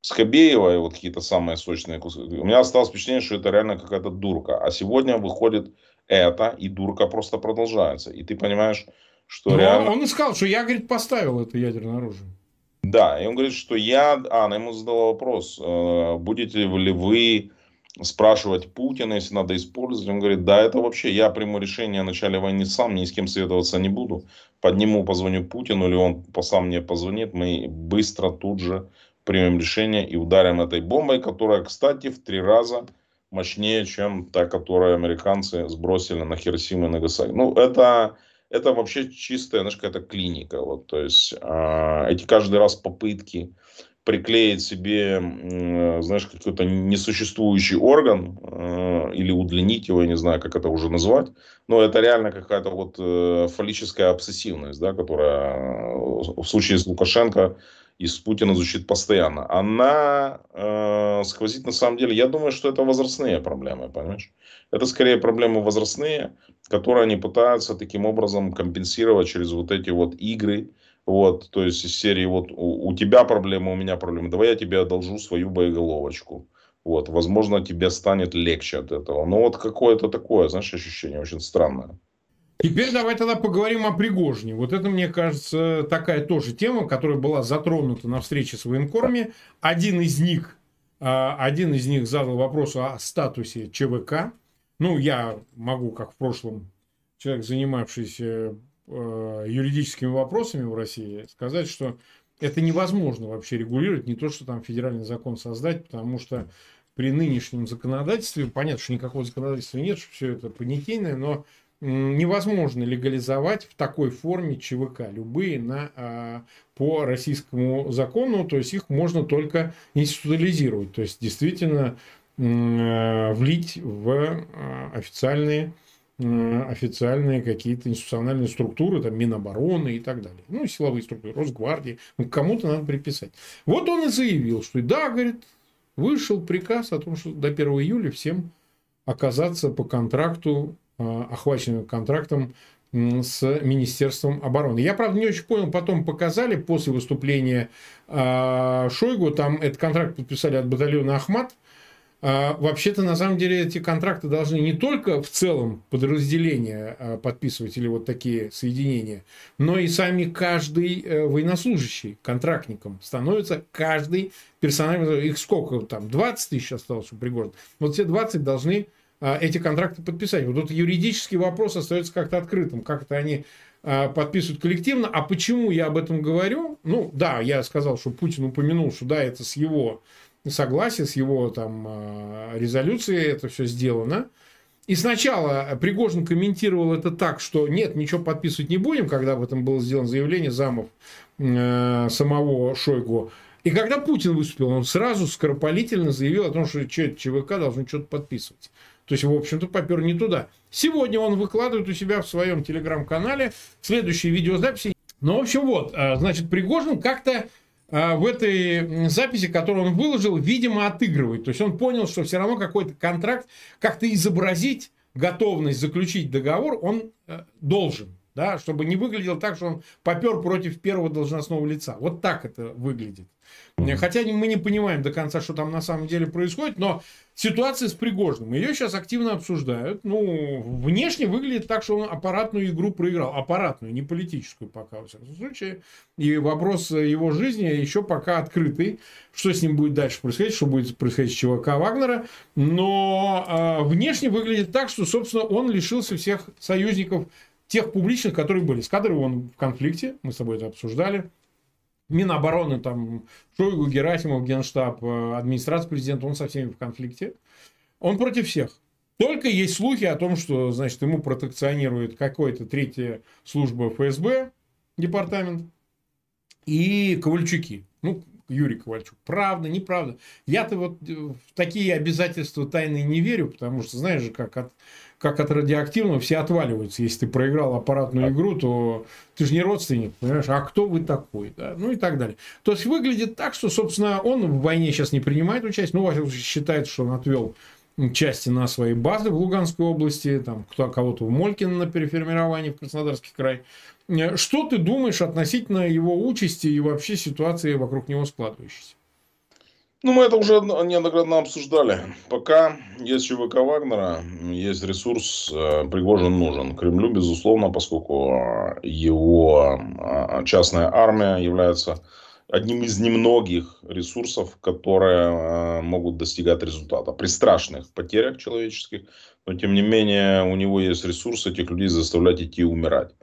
Скобеева и вот какие-то самые сочные куски. У меня осталось впечатление, что это реально какая-то дурка. А сегодня выходит это, и дурка просто продолжается. И ты понимаешь, что Но реально... он и сказал, что я, говорит, поставил это ядерное оружие. Да, и он говорит, что она ему задала вопрос, будете ли вы спрашивать Путина, если надо использовать. Он говорит, да, это вообще, я приму решение о начале войны сам, ни с кем советоваться не буду. Подниму, позвоню Путину, или он сам мне позвонит, мы быстро тут же примем решение и ударим этой бомбой, которая, кстати, в 3 раза мощнее, чем та, которую американцы сбросили на Хиросиму и Нагасаки. Ну, это вообще чистая, знаешь, какая-то клиника. Вот, то есть, эти каждый раз попытки приклеить себе, знаешь, какой-то несуществующий орган или удлинить его, я не знаю, как это уже назвать. Но это реально какая-то вот фаллическая обсессивность, да, которая в случае с Лукашенко и с Путиным звучит постоянно. Она сквозит на самом деле, я думаю, что это возрастные проблемы, понимаешь? Это скорее проблемы возрастные, которые они пытаются таким образом компенсировать через вот эти вот игры. Вот, то есть из серии вот у тебя проблема, у меня проблема. Давай я тебе одолжу свою боеголовочку. Вот, возможно, тебе станет легче от этого. Но вот какое-то такое, знаешь, ощущение очень странное. Теперь давай тогда поговорим о Пригожине. Вот это, мне кажется, такая тоже тема, которая была затронута на встрече с военкорами. Один из них задал вопрос о статусе ЧВК. Ну, я могу, как в прошлом человек, занимавшийся юридическими вопросами в России, сказать, что это невозможно вообще регулировать, не то, что там федеральный закон создать, потому что при нынешнем законодательстве, понятно, что никакого законодательства нет, что все это понятийное, но невозможно легализовать в такой форме ЧВК любые по российскому закону, то есть их можно только институализировать, то есть действительно влить в официальные какие-то институциональные структуры, там Минобороны и так далее. Ну, силовые структуры, Росгвардии. Ну, кому-то надо приписать. Вот он и заявил, что да, говорит, вышел приказ о том, что до 1 июля всем оказаться по контракту, охваченным контрактом с Министерством обороны. Я, правда, не очень понял, потом показали после выступления Шойгу, там этот контракт подписали от батальона Ахмат. Вообще-то, на самом деле, эти контракты должны не только в целом подразделения подписывать или вот такие соединения, но и сами каждый военнослужащий контрактником становится, каждый персонаж, их сколько там, 20 тысяч осталось у Пригожина, вот все 20 должны эти контракты подписать. Вот тут юридический вопрос остается как-то открытым, как это они подписывают коллективно. А почему я об этом говорю? Ну, да, я сказал, что Путин упомянул, что да, это с его согласия, с его там резолюцией это все сделано. И сначала Пригожин комментировал это так, что нет, ничего подписывать не будем, когда в этом было сделано заявление замов самого Шойгу. И когда Путин выступил, он сразу скоропалительно заявил о том, что ЧВК должен что-то подписывать. То есть, в общем-то, попер не туда. Сегодня он выкладывает у себя в своем телеграм-канале следующие видеозаписи. Ну, в общем, вот, значит, Пригожин как-то в этой записи, которую он выложил, видимо, отыгрывает. То есть, он понял, что все равно какой-то контракт, как-то изобразить готовность заключить договор он должен. Да, чтобы не выглядело так, что он попер против первого должностного лица. Вот так это выглядит. Хотя мы не понимаем до конца, что там на самом деле происходит, но ситуация с Пригожиным, ее сейчас активно обсуждают. Ну, внешне выглядит так, что он аппаратную игру проиграл. Аппаратную, не политическую пока, во всяком случае. И вопрос его жизни еще пока открытый. Что с ним будет дальше происходить, что будет происходить с ЧВК Вагнера. Но внешне выглядит так, что, собственно, он лишился всех союзников, тех публичных, которые были. С Кадыровым он в конфликте, мы с тобой это обсуждали. Минобороны, там, Шойгу, Герасимов, Генштаб, администрация президента, он со всеми в конфликте. Он против всех. Только есть слухи о том, что, значит, ему протекционирует какая-то третья служба ФСБ, департамент, и Ковальчуки. Ну, Юрий Ковальчук. Правда, неправда. Я-то вот в такие обязательства тайные не верю, потому что, знаешь же, как от радиоактивного все отваливаются. Если ты проиграл аппаратную игру, то ты же не родственник, понимаешь? А кто вы такой? Да? Ну и так далее. То есть, выглядит так, что, собственно, он в войне сейчас не принимает участие. Ну, во всяком случае, считает, что он отвел части на свои базы в Луганской области, там, кого-то в Молькино на переформировании в Краснодарский край. Что ты думаешь относительно его участи и вообще ситуации вокруг него складывающейся? Ну, мы это уже неоднократно обсуждали. Пока есть ЧВК Вагнера, есть ресурс, Пригожин нужен Кремлю, безусловно, поскольку его частная армия является одним из немногих ресурсов, которые могут достигать результата. При страшных потерях человеческих, но тем не менее у него есть ресурс этих людей заставлять идти умирать.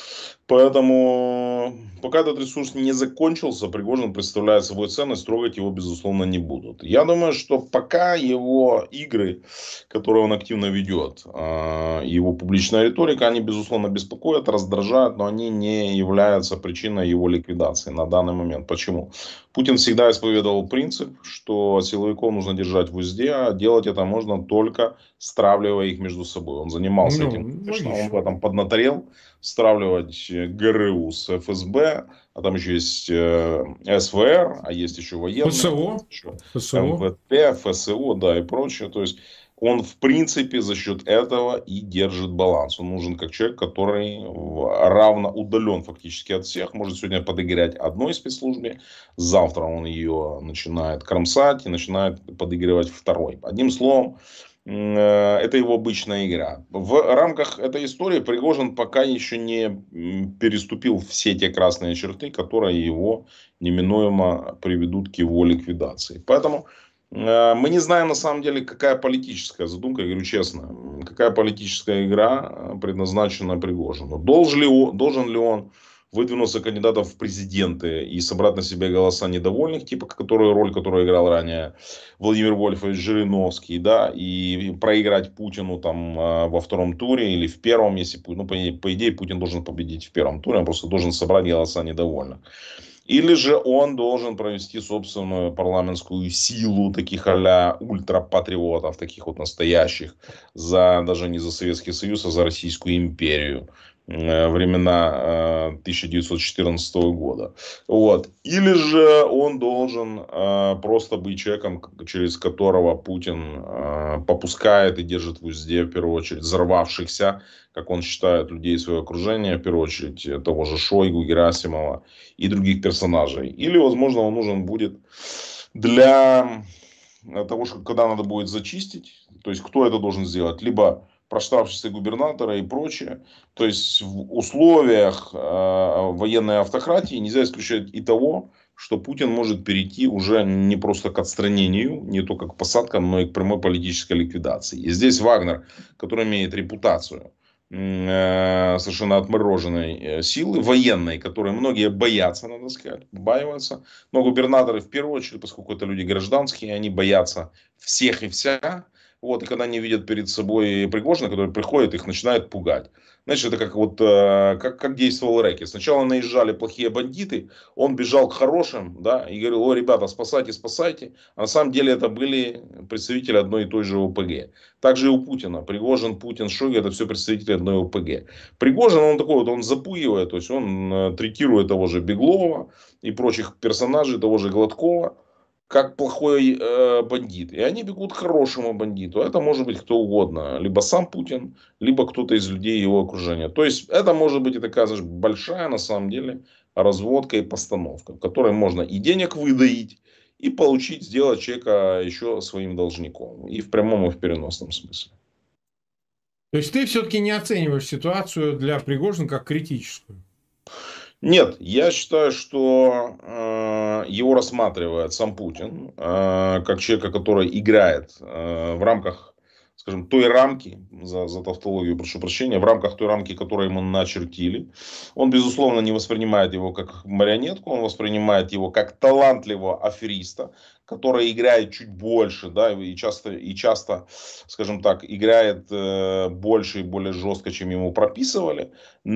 Поэтому, пока этот ресурс не закончился, Пригожин представляет собой ценность, трогать его, безусловно, не будут. Я думаю, что пока его игры, которые он активно ведет, его публичная риторика, они, безусловно, беспокоят, раздражают, но они не являются причиной его ликвидации на данный момент. Почему? Путин всегда исповедовал принцип, что силовиков нужно держать в узде, а делать это можно только стравливая их между собой. Он занимался этим, конечно, он в этом поднаторел. Стравливать ГРУ с ФСБ, а там еще есть СВР, а есть еще военные, ФСО, МВТ, ФСО, да, и прочее. То есть он в принципе за счет этого и держит баланс. Он нужен как человек, который равно удален фактически от всех. Может сегодня подыграть одной спецслужбе, завтра он ее начинает кромсать и начинает подыгрывать второй. Одним словом, это его обычная игра. В рамках этой истории Пригожин пока еще не переступил все те красные черты, которые его неминуемо приведут к его ликвидации. Поэтому мы не знаем на самом деле, какая политическая задумка, я говорю честно, какая политическая игра предназначена Пригожину. Должен ли он выдвинулся кандидатов в президенты и собрать на себе голоса недовольных, типа роль, которую играл ранее Владимир Вольфович Жириновский, да, и проиграть Путину там во втором туре или в первом, если, ну, по идее, Путин должен победить в первом туре, он просто должен собрать голоса недовольных. Или же он должен провести собственную парламентскую силу таких а-ля ультрапатриотов, таких вот настоящих, даже не за Советский Союз, а за Российскую империю. Времена 1914 года. Вот. Или же он должен просто быть человеком, через которого Путин попускает и держит в узде, в первую очередь, взорвавшихся, как он считает, людей своего окружения, в первую очередь того же Шойгу, Герасимова и других персонажей. Или, возможно, он нужен будет для того, что когда надо будет зачистить, то есть кто это должен сделать, либо проштрафившиеся губернатора и прочее. То есть в условиях военной автократии нельзя исключать и того, что Путин может перейти уже не просто к отстранению, не только к посадкам, но и к прямой политической ликвидации. И здесь Вагнер, который имеет репутацию совершенно отмороженной силы военной, которой многие боятся, надо сказать, побаиваются. Но губернаторы в первую очередь, поскольку это люди гражданские, они боятся всех и вся. Вот, и когда они видят перед собой Пригожина, который приходит, их начинает пугать. Знаешь, это как вот как действовал рэкет. Сначала наезжали плохие бандиты, он бежал к хорошим, да, и говорил: о, ребята, спасайте, спасайте. А на самом деле это были представители одной и той же ОПГ. Также и у Путина. Пригожин, Путин, Шойгу — это все представители одной ОПГ. Пригожин, он такой вот, он запугивает, то есть он третирует того же Беглова и прочих персонажей, того же Гладкова, как плохой бандит. И они бегут к хорошему бандиту. Это может быть кто угодно. Либо сам Путин, либо кто-то из людей его окружения. То есть это может быть и такая, знаешь, большая на самом деле разводка и постановка, в которой можно и денег выдаить, и получить, сделать человека еще своим должником. И в прямом, и в переносном смысле. То есть ты все-таки не оцениваешь ситуацию для Пригожина как критическую? Нет, я считаю, что его рассматривает сам Путин как человека, который играет в рамках, скажем, той рамки, за тавтологию прошу прощения, в рамках той рамки, которую ему начертили. Он, безусловно, не воспринимает его как марионетку, он воспринимает его как талантливого афериста, который играет чуть больше, да, и часто, скажем так, играет больше и более жестко, чем ему прописывали.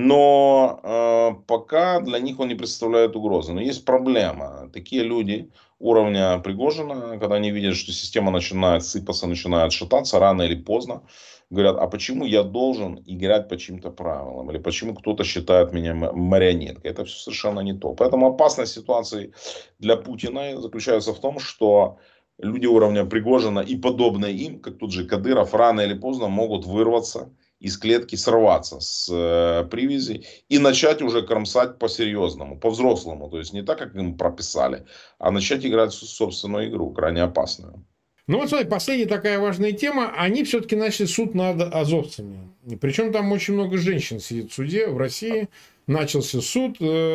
Но пока для них он не представляет угрозы. Но есть проблема. Такие люди уровня Пригожина, когда они видят, что система начинает сыпаться, начинает шататься, рано или поздно говорят: а почему я должен играть по чьим-то правилам? Или почему кто-то считает меня марионеткой? Это все совершенно не то. Поэтому опасность ситуации для Путина заключается в том, что люди уровня Пригожина и подобные им, как тот же Кадыров, рано или поздно могут вырваться из клетки сорваться с привязи и начать уже кромсать по-серьезному, по-взрослому. То есть не так, как им прописали, а начать играть в собственную игру, крайне опасную. Ну вот смотри, последняя такая важная тема. Они все-таки начали суд над азовцами. Причем там очень много женщин сидит в суде. В России начался суд.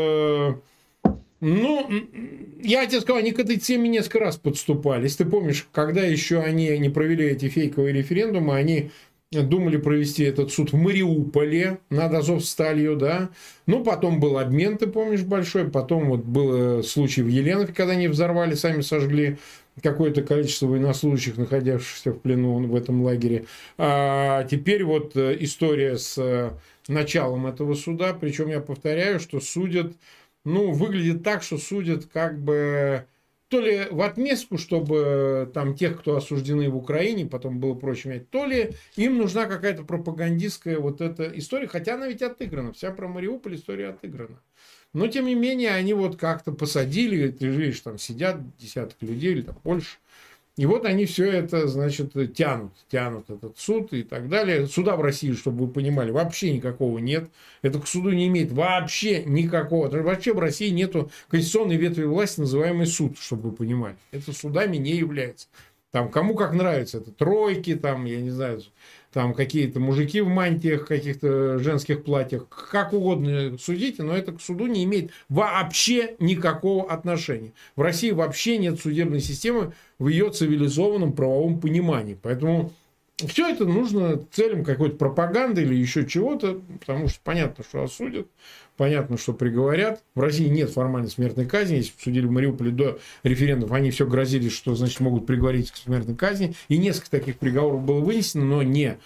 Ну, я тебе сказал, они к этой теме несколько раз подступали. Если ты помнишь, когда еще они не провели эти фейковые референдумы, они думали провести этот суд в Мариуполе над Азовсталью, да. Ну, потом был обмен, ты помнишь, большой. Потом вот был случай в Еленове, когда они взорвали, сами сожгли какое-то количество военнослужащих, находившихся в плену в этом лагере. А теперь вот история с началом этого суда. Причем я повторяю, что судят, ну, выглядит так, что судят как бы то ли в отместку, чтобы там тех, кто осуждены в Украине, потом было проще менять, то ли им нужна какая-то пропагандистская вот эта история, хотя она ведь отыграна, вся про Мариуполь история отыграна. Но, тем не менее, они вот как-то посадили, ты же видишь, там сидят десяток людей или там больше. И вот они все это, значит, тянут этот суд и так далее. Суда в России, чтобы вы понимали, вообще никакого нет. Это к суду не имеет вообще никакого. Вообще в России нету конституционной ветви власти, называемый суд, чтобы вы понимали. Это судами не является. Там кому как нравится. Это тройки, там, я не знаю, там какие-то мужики в мантиях, каких-то женских платьях, как угодно судите, но это к суду не имеет вообще никакого отношения. В России вообще нет судебной системы в ее цивилизованном правовом понимании. Поэтому все это нужно целям какой-то пропаганды или еще чего-то, потому что понятно, что осудят, понятно, что приговорят. В России нет формальной смертной казни. Если бы судили в Мариуполе до референдумов, они все грозили, что, значит, могут приговорить к смертной казни. И несколько таких приговоров было вынесено, но не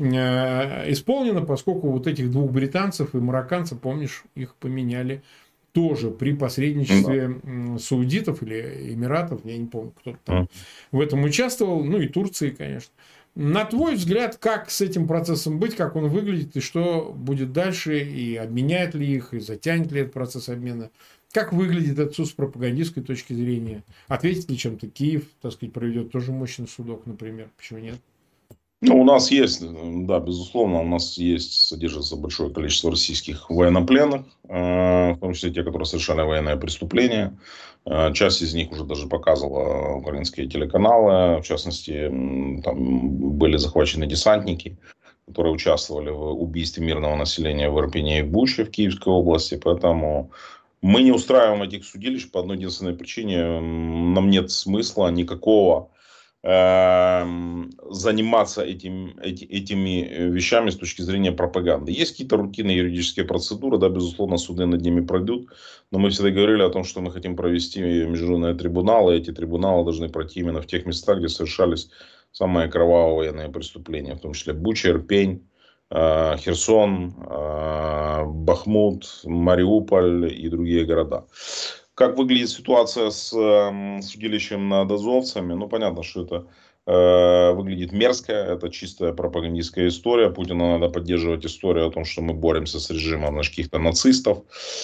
исполнено, поскольку вот этих двух британцев и марокканцев, помнишь, их поменяли тоже при посредничестве саудитов или эмиратов, я не помню, кто там в этом участвовал, ну и Турции, конечно. На твой взгляд, как с этим процессом быть, как он выглядит и что будет дальше, и обменяет ли их, и затянет ли этот процесс обмена? Как выглядит этот суд с пропагандистской точки зрения? Ответит ли чем-то Киев, так сказать, проведет тоже мощный судок, например? Почему нет? Ну, у нас есть, да, безусловно, у нас есть, содержится большое количество российских военнопленных, в том числе те, которые совершали военные преступления. Часть из них уже даже показывала украинские телеканалы, в частности, там были захвачены десантники, которые участвовали в убийстве мирного населения в Ирпене и Буче в Киевской области, поэтому мы не устраиваем этих судилищ по одной единственной причине, нам нет смысла никакого заниматься этими вещами с точки зрения пропаганды. Есть какие-то рутинные юридические процедуры, да, безусловно, суды над ними пройдут, но мы всегда говорили о том, что мы хотим провести международные трибуналы, и эти трибуналы должны пройти именно в тех местах, где совершались самые кровавые военные преступления, в том числе Буча, Ирпень, Херсон, Бахмут, Мариуполь и другие города. Как выглядит ситуация с судилищем над азовцами? Ну, понятно, что это выглядит мерзко. Это чистая пропагандистская история. Путину надо поддерживать историю о том, что мы боремся с режимом каких-то нацистов.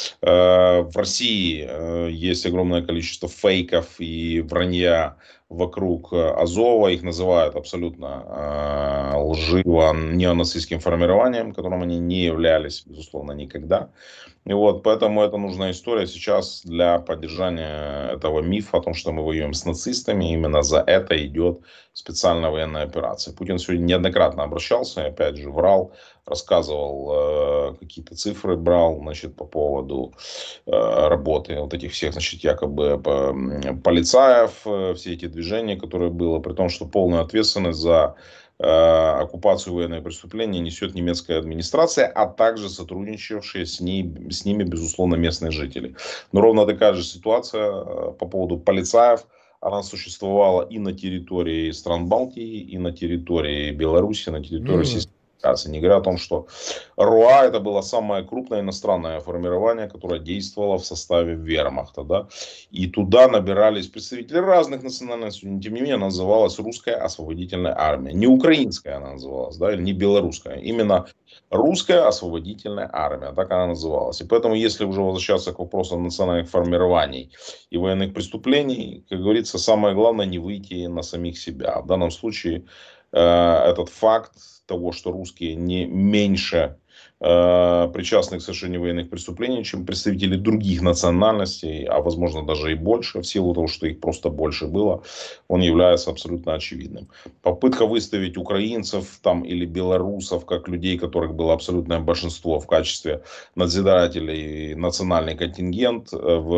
В России есть огромное количество фейков и вранья вокруг Азова. Их называют абсолютно лживо неонацистским формированием, которым они не являлись, безусловно, никогда. И вот, поэтому это нужна история сейчас для поддержания этого мифа о том, что мы воюем с нацистами. Именно за это идет специальная военная операция. Путин сегодня неоднократно обращался, опять же, врал, рассказывал, какие-то цифры брал, значит, по поводу работы вот этих всех, значит, якобы полицаев, все эти движения, которые было, при том, что полную ответственность за оккупацию, военные преступления несет немецкая администрация, а также сотрудничавшие с ними, безусловно, местные жители. Но ровно такая же ситуация по поводу полицаев. Она существовала и на территории стран Балтии, и на территории Беларуси, на территории Российской Федерации. Не говоря о том, что РУА это было самое крупное иностранное формирование, которое действовало в составе вермахта. Да? И туда набирались представители разных национальностей. Тем не менее, она называлась Русская освободительная армия. Не украинская она называлась, да, или не белорусская. Именно Русская освободительная армия. Так она называлась. И поэтому, если уже возвращаться к вопросу национальных формирований и военных преступлений, как говорится, самое главное не выйти на самих себя. В данном случае этот факт того, что русские не меньше причастны к совершению военных преступлений, чем представители других национальностей, а возможно даже и больше, в силу того, что их просто больше было, он является абсолютно очевидным. Попытка выставить украинцев там, или белорусов, как людей, которых было абсолютное большинство, в качестве надзирателей национальный контингент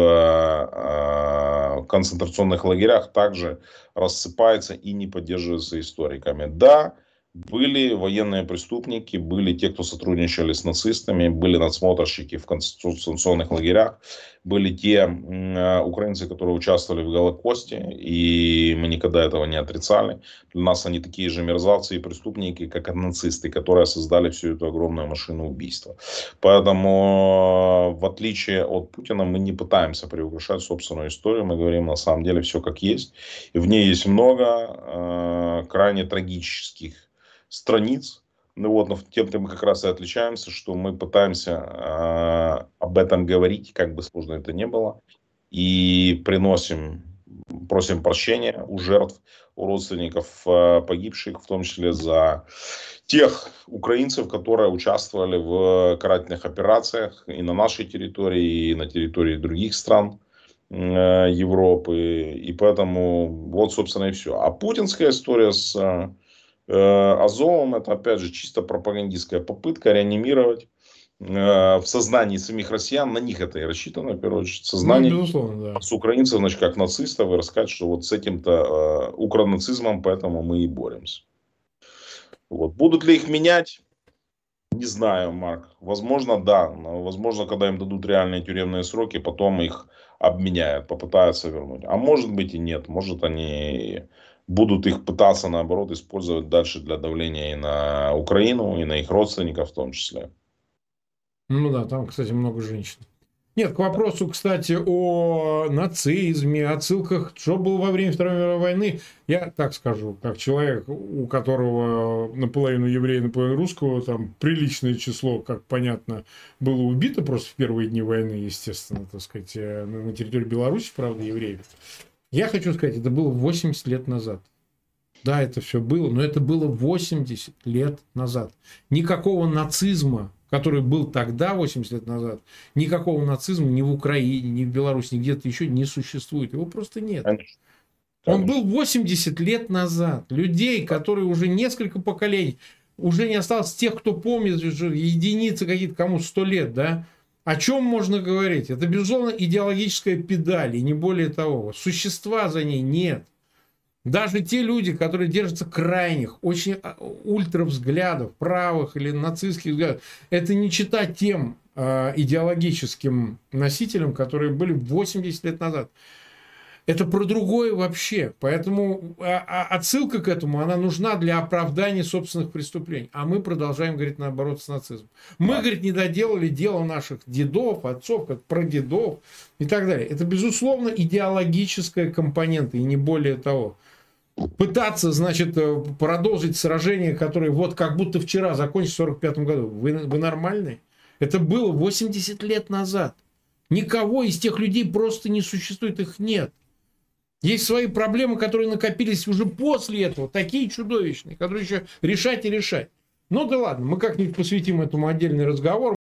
в концентрационных лагерях также рассыпается и не поддерживается историками. Да, были военные преступники, были те, кто сотрудничали с нацистами, были надсмотрщики в концентрационных лагерях, были те украинцы, которые участвовали в Голокосте, и мы никогда этого не отрицали. Для нас они такие же мерзавцы и преступники, как и нацисты, которые создали всю эту огромную машину убийства. Поэтому, в отличие от Путина, мы не пытаемся приукрашать собственную историю, мы говорим на самом деле все как есть. И в ней есть много крайне трагических страниц. Ну вот, но тем-то мы как раз и отличаемся, что мы пытаемся об этом говорить, как бы сложно это ни было, и просим прощения у жертв, у родственников погибших, в том числе за тех украинцев, которые участвовали в карательных операциях и на нашей территории, и на территории других стран Европы. И поэтому вот, собственно, и все. А путинская история с Азовом — это, опять же, чисто пропагандистская попытка реанимировать в сознании самих россиян, на них это и рассчитано, в первую очередь, в сознании с украинцев, значит, как нацистов, и рассказать, что вот с этим-то укронацизмом, поэтому мы и боремся. Вот. Будут ли их менять? Не знаю, Марк. Возможно, да. Возможно, когда им дадут реальные тюремные сроки, потом их обменяют, попытаются вернуть. А может быть и нет. Может, они будут их пытаться, наоборот, использовать дальше для давления и на Украину, и на их родственников в том числе. Ну да, там, кстати, много женщин. Нет, к вопросу, кстати, о нацизме, о ссылках, что было во время Второй мировой войны, я так скажу, как человек, у которого наполовину еврея, наполовину русского, там приличное число, как понятно, было убито просто в первые дни войны, естественно, так сказать, на территории Беларуси, правда, евреев. Я хочу сказать, это было 80 лет назад. Да, это все было, но это было 80 лет назад. Никакого нацизма, который был тогда, 80 лет назад, никакого нацизма ни в Украине, ни в Беларуси, ни где-то еще не существует. Его просто нет. Конечно. Он был 80 лет назад. Людей, которые уже несколько поколений, уже не осталось тех, кто помнит, единицы какие-то, кому 100 лет, да? О чем можно говорить? Это, безусловно, идеологическая педаль, и не более того. Существа за ней нет. Даже те люди, которые держатся крайних, очень ультравзглядов, правых или нацистских взглядов, это не чита тем идеологическим носителям, которые были 80 лет назад. Это про другое вообще. Поэтому отсылка к этому, она нужна для оправдания собственных преступлений. А мы продолжаем, говорить, наоборот, с нацизмом. Мы, говорит, не доделали дело наших дедов, отцов, как прадедов и так далее. Это, безусловно, идеологическая компонента, и не более того. Пытаться, значит, продолжить сражение, которое вот как будто вчера закончилось в 1945 году. Вы нормальные? Это было 80 лет назад. Никого из тех людей просто не существует, их нет. Есть свои проблемы, которые накопились уже после этого, такие чудовищные, которые еще решать и решать. Ну да ладно, мы как-нибудь посвятим этому отдельный разговор.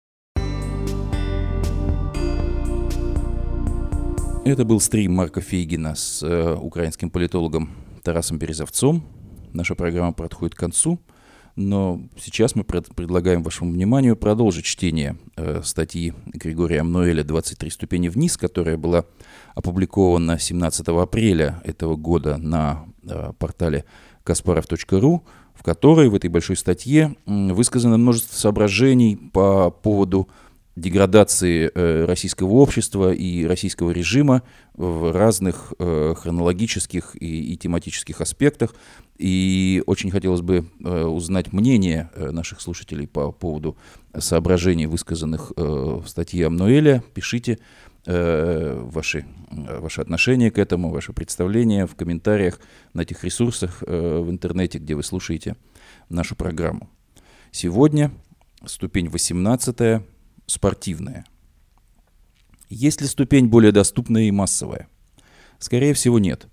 Это был стрим Марка Фейгина с украинским политологом Тарасом Березовцом. Наша программа подходит к концу, но сейчас мы предлагаем вашему вниманию продолжить чтение статьи Григория Амнуэля «23 ступени вниз», которая была опубликована 17 апреля этого года на портале kasparov.ru, в которой, в этой большой статье, высказано множество соображений по поводу деградации российского общества и российского режима в разных хронологических и тематических аспектах. И очень хотелось бы узнать мнение наших слушателей по поводу соображений, высказанных в статье Амнуэля. Пишите ваши отношения к этому, ваши представления в комментариях на этих ресурсах в интернете, где вы слушаете нашу программу. Сегодня ступень 18-я. Спортивная. Есть ли ступень более доступная и массовая? Скорее всего, нет.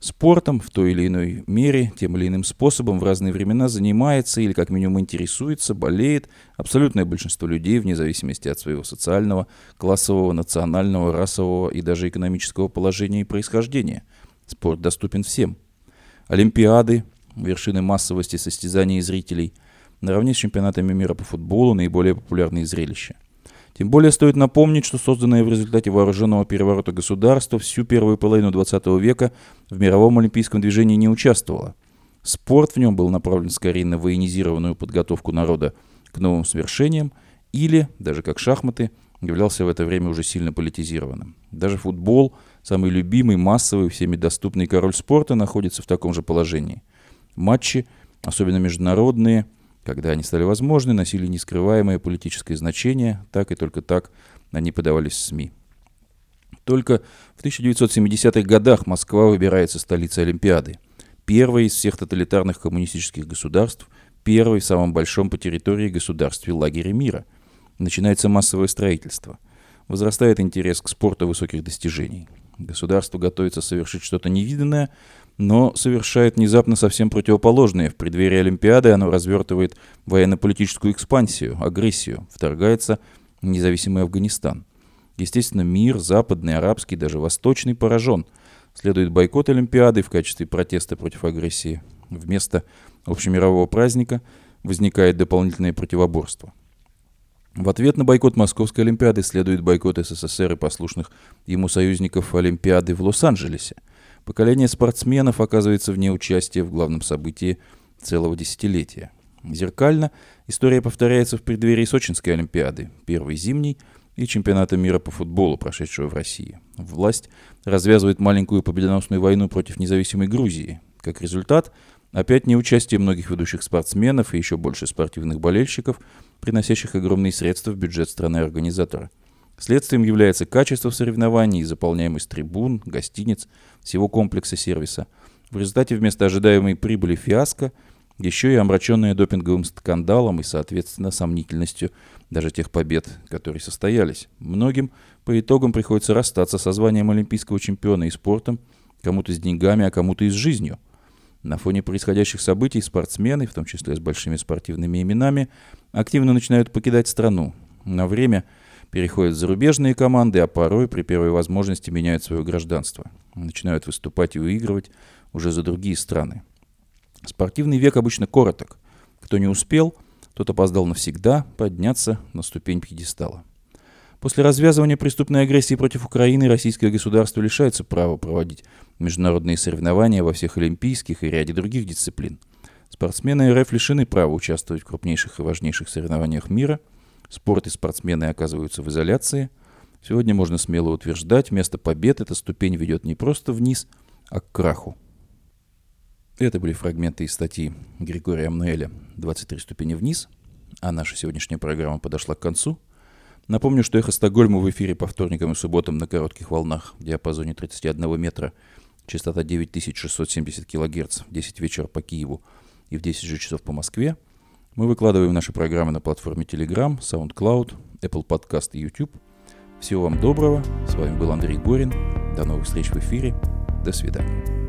Спортом в той или иной мере, тем или иным способом в разные времена занимается или как минимум интересуется, болеет абсолютное большинство людей вне зависимости от своего социального, классового, национального, расового и даже экономического положения и происхождения. Спорт доступен всем. Олимпиады, вершины массовости состязаний зрителей, наравне с чемпионатами мира по футболу наиболее популярные зрелища. Тем более стоит напомнить, что созданное в результате вооруженного переворота государство всю первую половину XX века в мировом олимпийском движении не участвовало. Спорт в нем был направлен скорее на военизированную подготовку народа к новым свершениям или, даже как шахматы, являлся в это время уже сильно политизированным. Даже футбол, самый любимый, массовый, всеми доступный король спорта, находится в таком же положении. Матчи, особенно международные, когда они стали возможны, носили нескрываемое политическое значение, так и только так они подавались в СМИ. Только в 1970-х годах Москва выбирается столицей Олимпиады. Первой из всех тоталитарных коммунистических государств, первой в самом большом по территории государстве лагере мира. Начинается массовое строительство. Возрастает интерес к спорту высоких достижений. Государство готовится совершить что-то невиданное, но совершает внезапно совсем противоположное. В преддверии Олимпиады оно развертывает военно-политическую экспансию, агрессию, вторгается в независимый Афганистан. Естественно, мир, западный, арабский, даже восточный, поражен. Следует бойкот Олимпиады в качестве протеста против агрессии. Вместо общемирового праздника возникает дополнительное противоборство. В ответ на бойкот Московской Олимпиады следует бойкот СССР и послушных ему союзников Олимпиады в Лос-Анджелесе. Поколение спортсменов оказывается вне участия в главном событии целого десятилетия. Зеркально история повторяется в преддверии Сочинской Олимпиады, первой зимней, и чемпионата мира по футболу, прошедшего в России. Власть развязывает маленькую победоносную войну против независимой Грузии. Как результат, опять неучастие многих ведущих спортсменов и еще больше спортивных болельщиков, приносящих огромные средства в бюджет страны-организатора. Следствием является качество соревнований и заполняемость трибун, гостиниц, всего комплекса сервиса. В результате вместо ожидаемой прибыли фиаско еще и омраченная допинговым скандалом и, соответственно, сомнительностью даже тех побед, которые состоялись. Многим по итогам приходится расстаться со званием олимпийского чемпиона и спортом, кому-то с деньгами, а кому-то и с жизнью. На фоне происходящих событий спортсмены, в том числе с большими спортивными именами, активно начинают покидать страну. На время переходят в зарубежные команды, а порой при первой возможности меняют свое гражданство. Начинают выступать и выигрывать уже за другие страны. Спортивный век обычно короток. Кто не успел, тот опоздал навсегда подняться на ступень пьедестала. После развязывания преступной агрессии против Украины российское государство лишается права проводить международные соревнования во всех олимпийских и ряде других дисциплин. Спортсмены РФ лишены права участвовать в крупнейших и важнейших соревнованиях мира. Спорт и спортсмены оказываются в изоляции. Сегодня можно смело утверждать, вместо побед эта ступень ведет не просто вниз, а к краху. Это были фрагменты из статьи Григория Амнуэля «23 ступени вниз», а наша сегодняшняя программа подошла к концу. Напомню, что «Эхо Стокгольма» в эфире по вторникам и субботам на коротких волнах в диапазоне 31 метра, частота 9670 кГц в 10 вечера по Киеву и в 10 же часов по Москве. Мы выкладываем наши программы на платформе Telegram, SoundCloud, Apple Podcast и YouTube. Всего вам доброго. С вами был Андрей Горин. До новых встреч в эфире. До свидания.